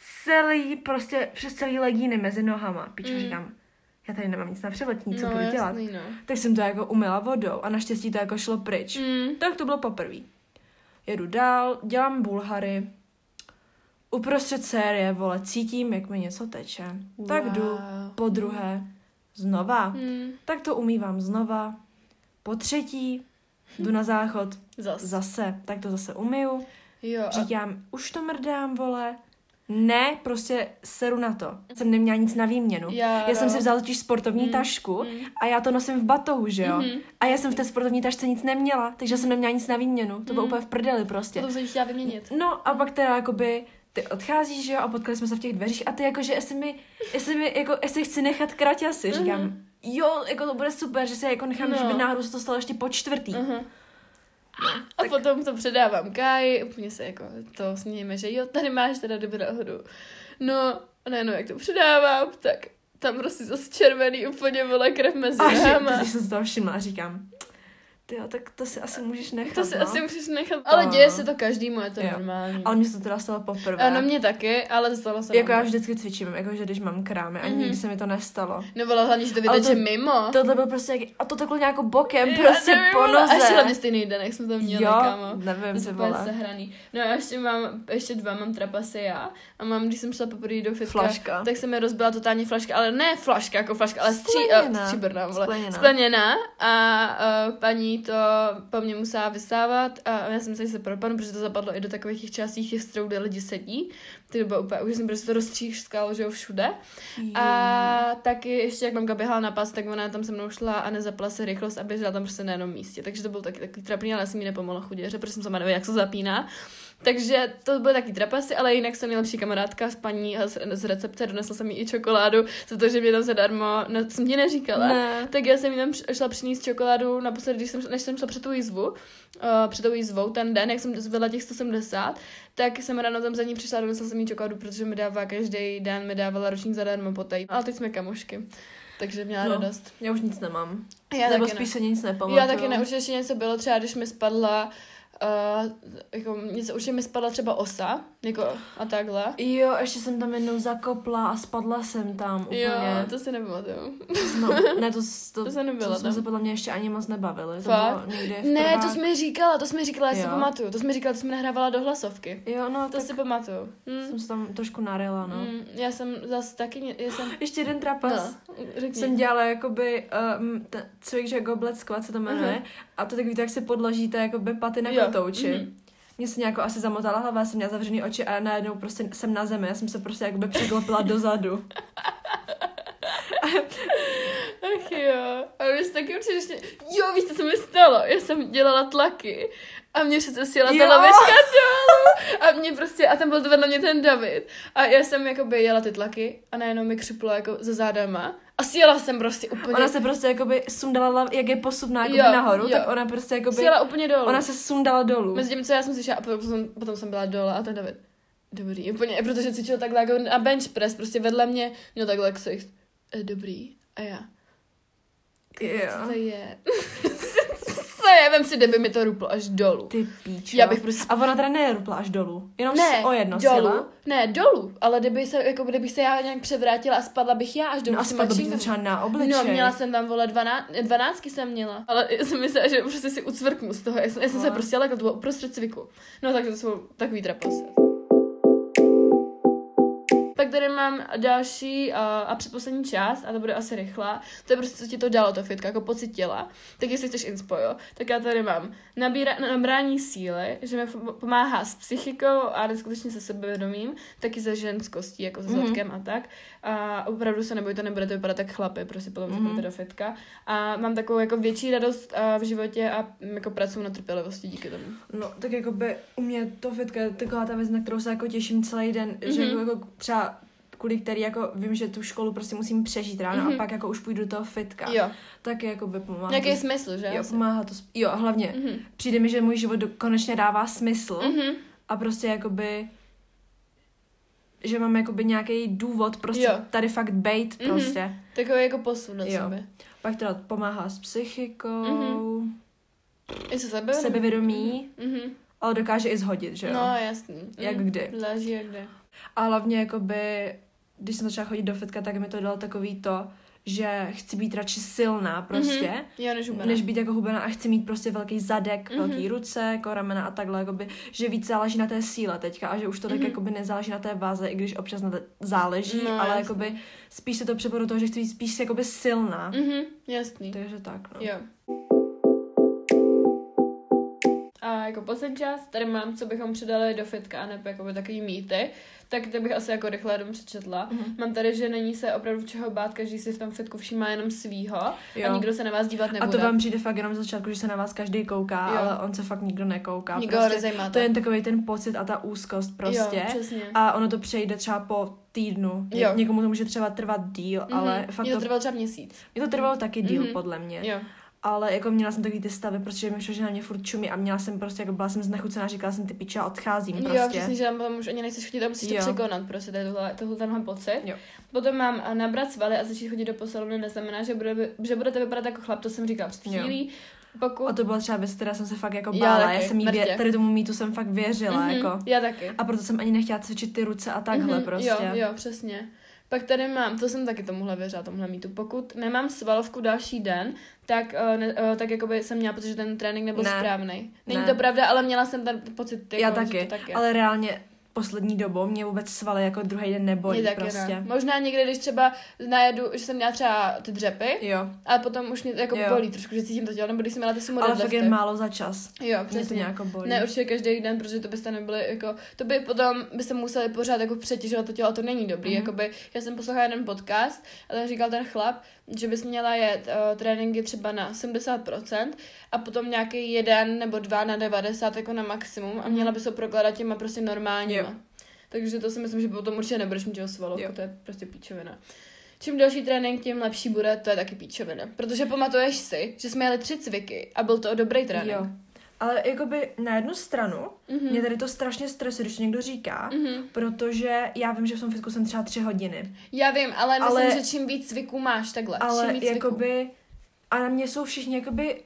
přes celý legíny mezi nohama. Pičo, říkám, já tady nemám nic na převletní, co budu dělat. Jasný, no. Tak jsem to jako umyla vodou a naštěstí to jako šlo pryč. Tak to bylo poprvé. Jedu dál, dělám bulhary. Uprostřed série, vole, cítím, jak mi něco teče. Wow. Tak jdu po druhé znova. Tak to umývám znova. Po třetí jdu na záchod. Zase. Tak to zase umyju. Jo, říkám, už to mrdám, vole. Ne, prostě seru na to. Jsem neměla nic na výměnu. Já jsem si vzala totiž sportovní tašku a já to nosím v batohu, že jo? A já jsem v té sportovní tašce nic neměla, takže jsem neměla nic na výměnu. To bylo úplně v prdeli prostě. To jsem chtěla vyměnit. No a pak teda jakoby ty odcházíš, že jo, a potkali jsme se v těch dveřích a ty jakože, jestli chci nechat kraťasy, říkám, jo, jako to bude super, že se jako nechám, že by náhodou se to stalo ještě po čtvrtý. A potom to předávám Káji, úplně se jako to smějeme, že jo, tady máš teda dobrou hodu. No, jak to předávám, tak tam prostě zase červený úplně, vole, krev mezi nohama. Když jsem se toho všimla a říkám, tyjo, tak to si asi můžeš nechat, To si asi můžeš nechat, ale děje se to každému, je to normální. Ale mně se to teda stalo poprvé. Ano, mě taky, ale stalo se jako já vždycky cvičím, jakože když mám krámy a nikdy se mi to nestalo. No vole, hlavně, že to vyteče mimo. Tohle byl prostě jak, a to takhle nějakou bokem, prostě po noze. Až hlavně stejný den, jak jsme to měli, kámo. Nevím, to bylo sehraný. No a ještě dva mám trapasy já a když jsem šla poprvé do fitka, tak se mi rozbila totálně flaška, ale ne flaška jako flaška, ale stříbrná, vole. Skleněná a paní to po mně musela vystávat a já jsem se propadnu, protože to zapadlo i do takových těch částí těch strojů, kde lidi sedí. Ty bylo úplně, už jsem prostě to roztřískala, že jo, všude. A taky ještě, jak mamka běhala na pas, tak ona tam se mnou šla a nezapla se rychlost a běžela tam prostě na jednom místě. Takže to bylo taky takový trapný, ale já jsem jí nepomohla chudě, protože jsem sama nevěděla, jak se zapíná. Takže to byly taky trapasy, ale jinak jsem nejlepší kamarádka s paní z recepce, donesla jsem jí i čokoládu, za to, že mě tam zadarmo, jsem ti neříkala. Ne. Tak já jsem jí tam šla přinést čokoládu naposledy, než jsem šla před tou jízvou ten den, jak jsem zvedla těch 170, tak jsem ráno tam za ní přišla a donesla jsem jí čokoládu, protože mi dává každý den, mi dávala ročník zadarmo poté. Ale teď jsme kamošky. Takže měla radost. Já už nic nemám. Nebo spíš se nic nepamatuju. Já taky ne, už ještě něco bylo, třeba když mi spadla jako něco, už mi spadla třeba osa, jako a takhle. Jo, ještě jsem tam jednou zakopla a spadla jsem tam úplně. Jo, to si nepamatuju. Ne, to se nebyla to jsme se podle mě ještě ani moc nebavili. Fakt? Ne, to jsi mi říkala, já si pamatuju. To jsi mi nahrávala do hlasovky. Jo, no, to si pamatuju. Jsem se tam trošku narila, no. Já jsem zase taky, ještě jeden trapas. No, jsem dělala jakoby cvik, že goblet squat se to jmenuje. A to takový, jak si podložíte jakoby paty na kotouči. Mně se nějak asi zamotala hlava, jsem měla zavřený oči a najednou prostě jsem na zemi. Já jsem se prostě jakoby překlopila dozadu. Ach jo. Ale mě se taky určitě... Jo, víš, co se mi stalo? Já jsem dělala tlaky a mě přece sjela ta lavička dolů. A mě prostě... A tam byl vedle mě ten David. A já jsem jakoby jela ty tlaky a najednou mi křiplo jako za zádama. A sjela jsem prostě úplně... Ona se prostě jakoby sundala, jak je posuvná jakoby nahoru, tak ona prostě jakoby... Sjela úplně dolů. Ona se sundala dolů. Mezi tím, co já jsem si šla a potom jsem byla dole a ten David. Dobrý, úplně, protože cvičil takhle jako na bench press, prostě vedle mě měl takhle ksicht. Dobrý. A já. Co to je? Co úplně, vem si, kdyby mi to ruplo až dolů. Ty píčo. Já bych prostě... A ona teda nerupla až dolů, jenom o jedno dolů. sila. Ne, dolů, ale kdyby se já nějak převrátila a spadla bych já až dolů. No a spadla bych to třeba na obličej. No, měla jsem tam, vole, 12 jsem měla. Ale já jsem myslela, že prostě si ucvrknu z toho. Já jsem se prostě lekla, to bylo uprostřed cviku. No, takže to jsou takový traposy. Pak tady mám další a předposlední část, a to bude asi rychlá. To je prostě, co ti to dalo, to fitka, jako pocit těla. Tak jestli chceš inspo, jo, tak já tady mám nabrání síly, že mi pomáhá s psychikou a neskutečně se sebevědomím, taky se ženskostí, jako se zadkem a tak. A opravdu se nebojte, nebudete vypadat tak chlapy, prostě potom se máte do fitka. A mám takovou jako větší radost v životě a jako pracuji na trpělivosti díky tomu. No, tak jako by u mě to fitka je taková ta věc, na kterou se jako těším celý den, že jako třeba kvůli který jako vím, že tu školu prostě musím přežít ráno a pak jako už půjdu do toho fitka. Jo. Tak jako by pomáhá. Jaký smysl, že? Jo, pomáhá to. Jo, hlavně přijde mi, že můj život konečně dává smysl a prostě jakoby že mám jakoby nějaký důvod prostě tady fakt bejt prostě. Takový jako posun na sobě. Pak teda pomáhá s psychikou. I se sebevědomí. Ale dokáže i zhodit, že jo? No, jasný. Jak kdy. Záleží jak kdy. A hlavně jakoby, když jsem začala chodit do fitka, tak mi to dalo takový to, že chci být radši silná prostě, jo, než být jako hubená a chci mít prostě velký zadek, velký ruce, jako ramena a takhle, jakoby, že víc záleží na té síle teďka a že už to tak jakoby nezáleží na té váze, i když občas na to záleží, ale jasný. Jakoby spíš se to přeporu do toho, že chci být spíš jakoby silná. Jasný. Takže tak, no. Jo. A jako poslední část, tady mám, co bychom přidali do fitka, nebo jakoby takový mýty, tak to bych asi jako rychle jenom přečetla. Mám tady, že není se opravdu čeho bát, každý si v tom fitku všímá jenom svýho a nikdo se na vás dívat nebude. A to vám přijde fakt jenom z začátku, že se na vás každý kouká, ale on se fakt nikdo nekouká. Nikoho prostě nezajímá to je jen takový ten pocit a ta úzkost prostě. Jo, přesně. A ono to přejde třeba po týdnu. Někomu to může třeba trvat díl, ale fakt Mně to trvalo třeba měsíc. Mně to trvalo taky díl, podle mě. Jo. Ale jako měla jsem takový ty stavy, protože mi přišlo, že na mě furt čumí a měla jsem prostě, jako byla jsem znechucená, říkala jsem ty piče a odcházím prostě. Jo, přesně, že tam už ani nechceš chodit a musíš to překonat, prostě tohle tenhle pocit. Jo. Potom mám nabrat svaly a začít chodit do posilovny, neznamená, že budete vypadat jako chlap, to jsem říkala před chvílí. Pokud... A to byla třeba věc, která jsem se fakt jako bála, já jsem tady tomu mýtu jsem fakt věřila, jako. Já taky. A proto jsem ani nechtěla cvičit ty ruce a takhle prostě. Jo, přesně. Pak tady mám, to jsem taky tomuhle věřila, tomuhle mýtu. Pokud nemám svalovku další den, tak jakoby jsem měla pocit, že ten trénink nebyl správnej. Není to pravda, ale měla jsem ten pocit, jako, já taky, ale reálně poslední dobou mě vůbec svaly jako druhý den nebolí prostě. Ne. Možná někdy, když třeba najedu, že jsem měla třeba ty dřepy, a potom už mě jako bolí trošku, že cítím to tělo, nebo když jsem měla ty sumo deadlifty. Ale fakt jen málo za čas. Jo, přesně. Mě to nějak bolí. Ne, určitě každý den, protože to byste nebyli jako, to by potom byste museli pořád jako přetěžovat to tělo a to není dobrý. Jakoby, já jsem poslouchala jeden podcast a tam říkal ten chlap, že bys měla jet tréninky třeba na 70% a potom nějaký 1 nebo 2 na 90 jako na maximum a měla by se prokládat těma prostě normálníma. Takže to si myslím, že potom určitě nebudeš mít svalovku, to je prostě píčovina. Čím další trénink, tím lepší bude, to je taky píčovina. Protože pamatuješ si, že jsme jeli 3 cviky a byl to dobrý trénink. Jo. Ale jakoby na jednu stranu mě tady to strašně stresuje, když to někdo říká, protože já vím, že v tom fitku jsem třeba 3 hodiny. Já vím, ale myslím, že čím víc cviků máš takhle. Ale čím víc jakoby, a na mě jsou všichni jakoby,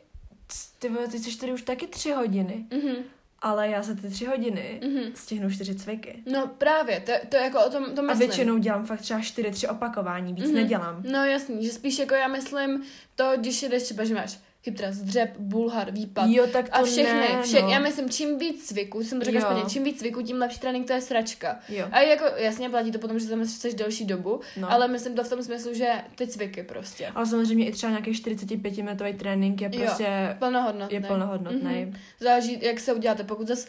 ty jsi tady už taky 3 hodiny. Ale já za ty 3 hodiny stihnu 4 cviky. No právě, to jako o tom myslím. A většinou dělám fakt třeba 4-3 opakování, víc nedělám. No jasný, že spíš jako já myslím to, když jdeš třeba, že máš hip thrust, dřep, bulhar, výpad tak to a všechny. No. Já myslím, čím víc cviků, jsem to řekla špatně, čím víc cviků, tím lepší trénink, to je sračka. Jo. A jako jasně platí to potom, že tam chceš delší dobu, ale myslím to v tom smyslu, že ty cviky prostě. Ale samozřejmě i třeba nějaký 45-minutový trénink je prostě plnohodnotný. Záleží, jak se uděláte, pokud zas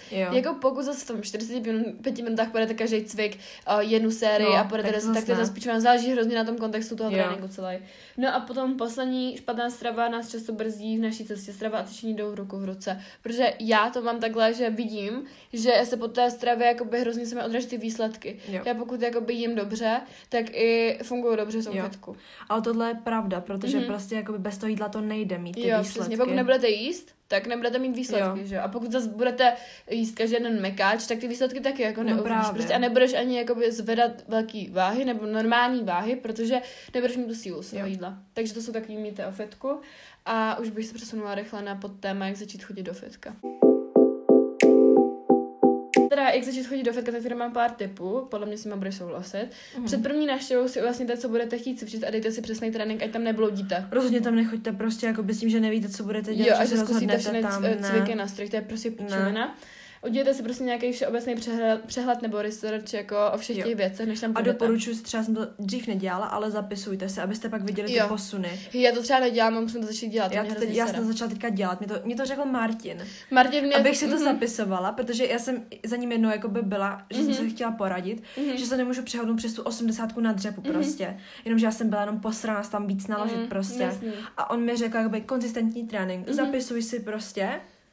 v tom 45 minutách pojedete každý cvik, jednu sérii a pojedete tak to zase záleží hrozně na tom kontextu toho tréninku celý. No a potom poslední špatná strava nás často brzdí v naší cestě. Strava a cvičení jdou ruku v ruce. Protože já to mám takhle, že vidím, že se po té stravě jakoby hrozně se mi odraží ty výsledky. Já pokud jakoby jím dobře, tak i fungují dobře v tom fitku. Ale tohle je pravda, protože prostě jakoby bez toho jídla to nejde mít ty výsledky. Přesně. Pokud nebudete jíst, tak nebudete mít výsledky, že? A pokud zase budete jíst každý den mekáč, tak ty výsledky taky jako neuvidíš. Prostě a nebudeš ani jakoby zvedat velký váhy nebo normální váhy, protože nebudeš mít tu sílu svého jídla. Takže to jsou takový mýty o fitku. A už bych se přesunula rychle na podtéma, jak začít chodit do fitka. Teda, jak začít chodit do fitka, tak tady mám pár tipů, podle mě s nimi budeš souhlasit. Před první návštěvou si ujasněte, co budete chtít cvičit a dejte si přesný trénink, ať tam nebloudíte. Rozhodně tam nechoďte prostě jako s tím, že nevíte, co budete dělat. Jo, a že zkusíte všechny cviky na stroj, to je prostě píčovina. Udělejte si prostě nějaký všeobecný přehled nebo research jako o všech těch věcech, než tam budete. A doporučuji, třeba jsem to dřív nedělala, ale zapisujte se, abyste pak viděli ty posuny. Já to třeba nedělám, musím to začít dělat. Já jsem to začala teďka dělat, mě to řekl Martin. Mě... Abych si to zapisovala, protože já jsem za ním jednou jakoby byla, že jsem se chtěla poradit, že se nemůžu přehodnout přes tu 80 na dřepu prostě. Jenomže já jsem byla jenom posraná tam víc naložit prostě. A on mi řekl jakoby konzistentní trénink, zapisuj si prostě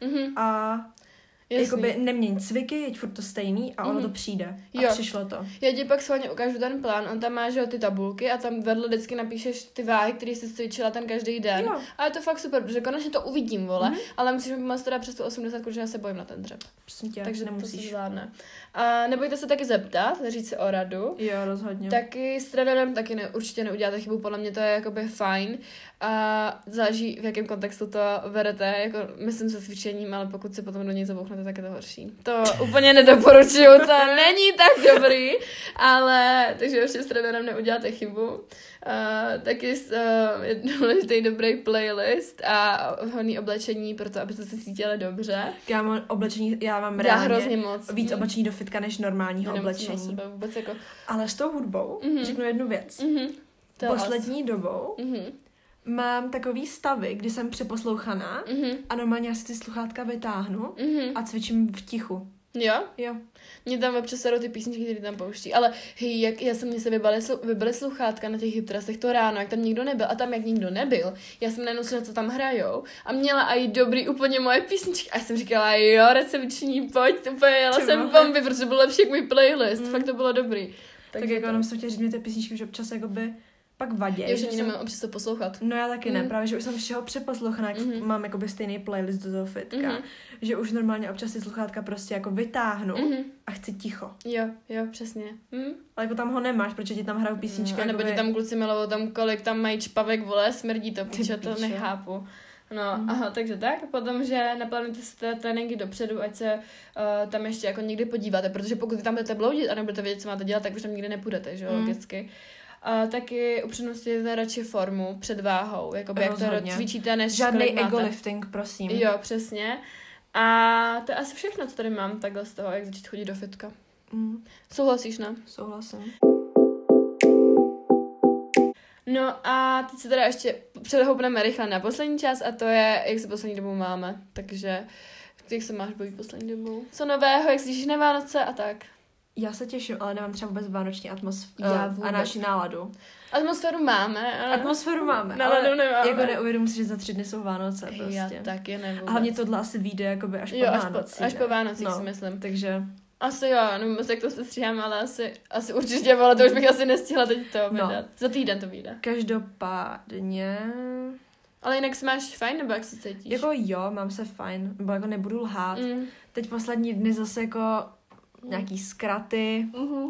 a jakoby neměň cviky, jeď furt to stejný a ono to přijde. A přišlo to. Já ti pak schválně ukážu ten plán, on tam má, že ty tabulky a tam vedle vždycky napíšeš ty váhy, které jsi cvičila ten každý den. Jo. A je to fakt super, protože konečně to uvidím, vole, ale musíš mi pomoct teda přes tu 80, protože já se bojím na ten dřep. Takže nemusíš. To se zvládne. A nebojte se taky zeptat, říct si o radu. Jo, rozhodně. Taky s trenérem taky určitě neuděláte chybu, podle mě to je jakoby fajn. A záleží, v jakém kontextu to vedete, jako myslím se cvičením, ale pokud se potom do něj zabouchnete, tak je to horší. To úplně nedoporučuju, to není tak dobrý, ale takže určitě s trenérem neuděláte chybu. Taky je důležitý dobrý playlist a vhodný oblečení pro to, abyste se cítili dobře. Já mám reálně hrozně moc. Víc oblečení do fitka než normálního oblečení. Vůbec jako... Ale s tou hudbou řeknu jednu věc. Poslední dobou mám takový stavy, kdy jsem přeposlouchaná a normálně já si ty sluchátka vytáhnu a cvičím v tichu. Jo. Mě tam občas ty písničky, které tam pouští, ale mě se vybaly sluchátka na těch hyptrasech to ráno, jak tam nikdo nebyl a tam jak nikdo nebyl, já jsem najednou slyšela, co tam hrajou a měla i dobrý úplně moje písničky a jsem říkala, jo, recepční, pojď, úplně jela jsem bomby, protože byl lepší jak můj playlist, fakt to bylo dobrý. Tak jako jenom jsem chtěla říct, mě ty písničky už občas jakoby pak vadí. Jo, že ani nemám občas to poslouchat. No já taky ne, právě, že už jsem všeho přeposlouchaná, jak mám jakoby stejný playlist do toho fitka, že už normálně občas ty sluchátka prostě jako vytáhnu a chci ticho. Jo, přesně. Ale jako tam ho nemáš, protože ti tam hrajou písničky. A nebo ti tam kluci milovou, tam kolik tam mají čpavek, vole, smrdí to, protože to nechápu. No, aha, takže tak. Potom, že naplánujte si tréninky dopředu, ať se tam ještě jako někdy podíváte, protože pokud tam budete bloudit a nebudete vědět, co máte dělat, tak už tam nikdy nepůjdete, že jo, logicky. Taky upřednostněte radši formu před váhou, jakoby jak to cvičíte, než žádnej ego lifting, prosím. Jo, přesně. A to je asi všechno, co tady mám takhle z toho, jak začít chodit do fitka. Souhlasíš, ne? Souhlasím. No a teď se teda ještě předhoupneme rychle na poslední čas a to je, jak se poslední dobou máme. Takže jak se máš baví poslední dobou? Co nového, jak se těšíš na Vánoce a tak? Já se těším, ale nemám třeba vůbec vánoční atmosféru a naši náladu. Atmosféru máme. Náladu nemáme. Jako neuvědomuji si, že za 3 dny jsou Vánoce prostě. Já taky nevím. A hlavně tohle asi vyjde jakoby až po Vánocích. Až po Vánocích si myslím. Takže... Asi jo, nevím, jak to se stříhám, ale asi určitě, ale to už bych asi nestihla teď to vydat. Za týden to vyjde. Každopádně... Ale jinak se máš fajn, nebo jak se cítíš? Jako jo, mám se fajn, nebo jako nebudu lhát. Teď poslední dny zase jako nějaký zkraty,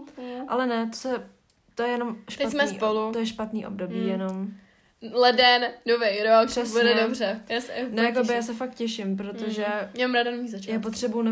ale ne, to je jenom špatný. Teď jsme spolu. To je špatný období, jenom. Leden, nový rok, přesně. Bude dobře. Já se fakt těším, protože já mám ráda nový začátek. Já potřebuji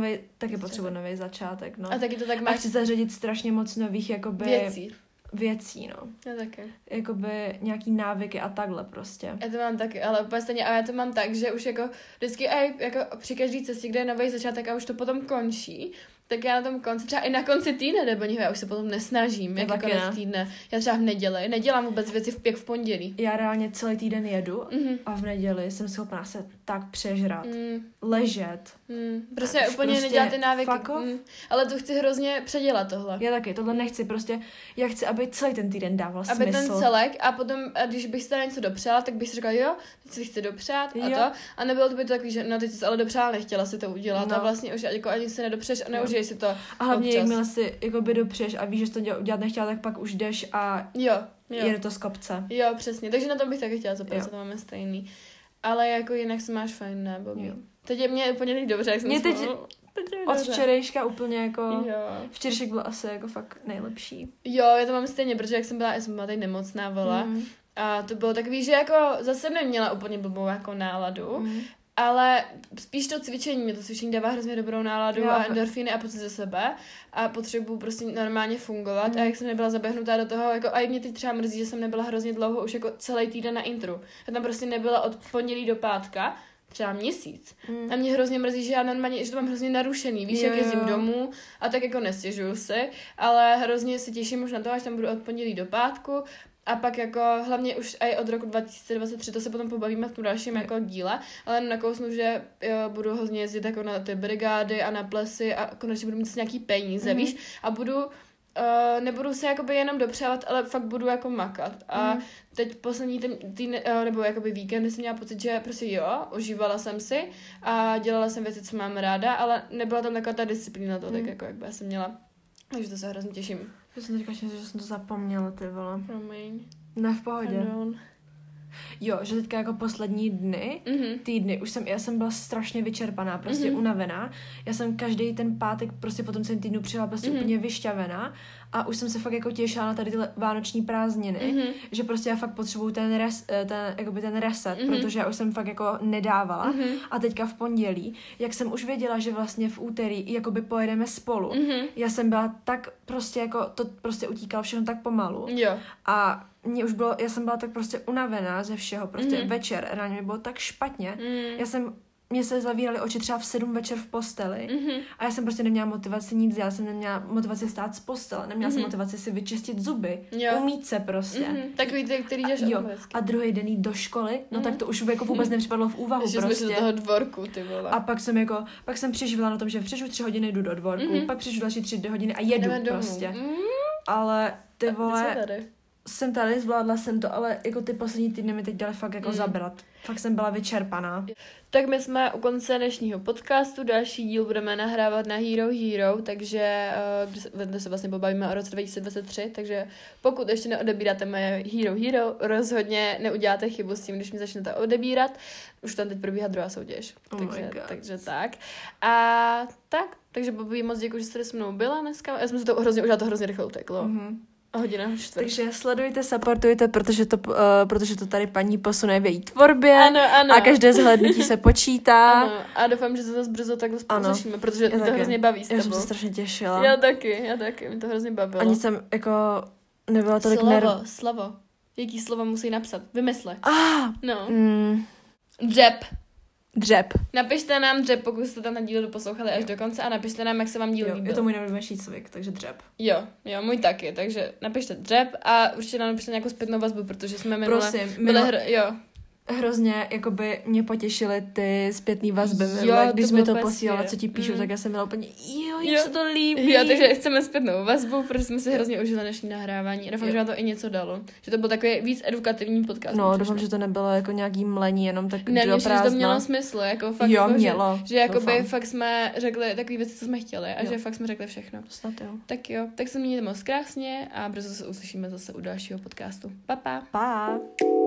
nový začátek, no. A taky to tak máš. A chci zařadit strašně moc nových jakoby věcí, no. Já taky. Jakoby nějaký návyky a takhle prostě. Já to mám taky, ale úplně stejně, a já to mám tak, že už jako vždycky jako při každý cestě, kde je nový začátek a už to potom končí, tak já na tom konci, třeba i na konci týdne, nebo já už se potom nesnažím, jak konec týdne. Já třeba v neděli nedělám vůbec věci jak v pondělí. Já reálně celý týden jedu a v neděli jsem schopná se tak přežrat, ležet. Prostě úplně nedělat ty návyky. Ale to chci hrozně předělat tohle. Já taky, tohle nechci, prostě já chci, aby celý ten týden dával smysl. Aby ten celek a potom, když bych si něco dopřála, tak bych si říkala, jo, teď si chci dopřát a to. A nebylo to by to takový, že no teď jsi ale dopřála, nechtěla si to udělat a vlastně už jako ani si nedopřeš a neužiješ si to. A hlavně, jakmile si jakoby dopřeš a víš, že jsi to udělat nechtěla, tak pak už jdeš a jede to z kopce. Jo, přesně, takže na tom bych taky chtěla zapracovat, to máme stejný. Ale jako jinak se máš fajn, ne, Bobby? Teď je mě úplně teď dobře, jak jsem mě teď od včerejška úplně jako, včerejšek byl asi jako fakt nejlepší. Jo, já to mám stejně, protože já jsem byla teď nemocná, vola. A to bylo takový, že jako zase neměla úplně blbou jako náladu, ale spíš to cvičení, mě to cvičení dává hrozně dobrou náladu a endorfiny a pocit ze sebe a potřebuji prostě normálně fungovat a jak jsem nebyla zaběhnutá do toho, jako a mě teď třeba mrzí, že jsem nebyla hrozně dlouho, už jako celý týden na intru. Já tam prostě nebyla od pondělí do pátka, třeba měsíc. A mě hrozně mrzí, že já normálně, že to mám hrozně narušený, víš, jak jezdím domů a tak jako nestěžuju si, ale hrozně se těším už na to, až tam budu od pondělí do pátku. A pak jako hlavně už i od roku 2023, to se potom pobavíme v tom dalším jako díle, ale jenom nakousnu, že budu hodně jezdit jako na ty brigády a na plesy a konečně budu mít nějaký peníze, víš, a nebudu se jakoby jenom dopřávat, ale fakt budu jako makat. A teď poslední týden, nebo jakoby víkendy jsem měla pocit, že prostě užívala jsem si a dělala jsem věci, co mám ráda, ale nebyla tam taková ta disciplína to, tak jako jak jsem měla. Takže to se hrozně těším. Já jsem teďka že jsem to zapomněla, ty vole. Promiň. Ne, v pohodě. Jo, že teďka jako poslední týdny, já jsem byla strašně vyčerpaná, prostě unavená. Já jsem každý ten pátek prostě po tom celém týdnu přijela prostě úplně vyšťavená a už jsem se fakt jako těšila na tady ty vánoční prázdniny, že prostě já fakt potřebuju ten reset, protože já už jsem fakt jako nedávala a teďka v pondělí, jak jsem už věděla, že vlastně v úterý jakoby pojedeme spolu, já jsem byla tak prostě jako, to prostě utíkalo všechno tak pomalu a já jsem byla tak prostě unavená ze všeho, prostě večer, ráno mi bylo tak špatně, mě se zavíraly oči třeba v 7 večer v posteli a já jsem prostě neměla motivaci nic, já jsem neměla motivaci stát z postele, neměla jsem motivaci si vyčistit zuby, umýt se prostě. Takový ty, který jdeš a druhý den jít do školy, no tak to už jako vůbec nepřipadlo v úvahu že prostě. do toho dvorku, ty vole. A pak jsem přežívala na tom, že přežiju 3 hodiny, jdu do dvorku, pak přežiju další 3 hodiny a jedu prostě. Ale ty vole, jsem tady, zvládla jsem to, ale jako ty poslední týdny mi teď dali fakt jako zabrat. Fakt jsem byla vyčerpaná. Tak my jsme u konce dnešního podcastu, další díl budeme nahrávat na Hero, takže kde se vlastně pobavíme o roce 2023, takže pokud ještě neodebíráte moje Hero, rozhodně neuděláte chybu s tím, když mi začnete odebírat. Už tam teď probíhá druhá soutěž. Takže tak. A tak, takže Bobby, moc děkuji, že jste se mnou byla dneska. Já jsem se to hrozně rychle uteklo. Hodina 4. Takže sledujte, supportujte, protože to tady paní posune v její tvorbě. Ano. A každé zhlédnutí se počítá. Ano. A doufám, že se zase brzo takhle spolu řešíme, protože mě to hrozně baví s tebou. Já jsem se strašně těšila. Já taky, mě to hrozně bavilo. Ani jsem jako nebyla tolik Slovo. Jaký slova musí napsat? Vymysle. No. Dřep. Napište nám dřep, pokud jste tam na díl doposlouchali až do konce a napište nám, jak se vám díl líbil. Je to můj nejoblíbenější cvik, takže dřep. Jo, můj taky, takže napište dřep a určitě nám napište nějakou zpětnou vazbu, protože jsme minule hrozně jakoby mě potěšily ty zpětný vazby. Když mi to posílala, co ti píšu, tak já jsem byla úplně jim se to líbí. Jo, takže chceme zpětnou vazbu, protože jsme si hrozně užili dnešní nahrávání a doufám, že vám to i něco dalo. Že to byl takový víc edukativní podcast. No, doufám, že to nebylo jako nějaký mlení, jenom tak ne, že to mělo smysl, jako fakt, jo, jako, mělo. Že jakoby fakt jsme řekli takové věci, co jsme chtěli a že fakt jsme řekli všechno. Snad jo. Tak jo, tak se mějte moc krásně a brzo se uslyšíme zase u dalšího podcastu. Pa. Pa.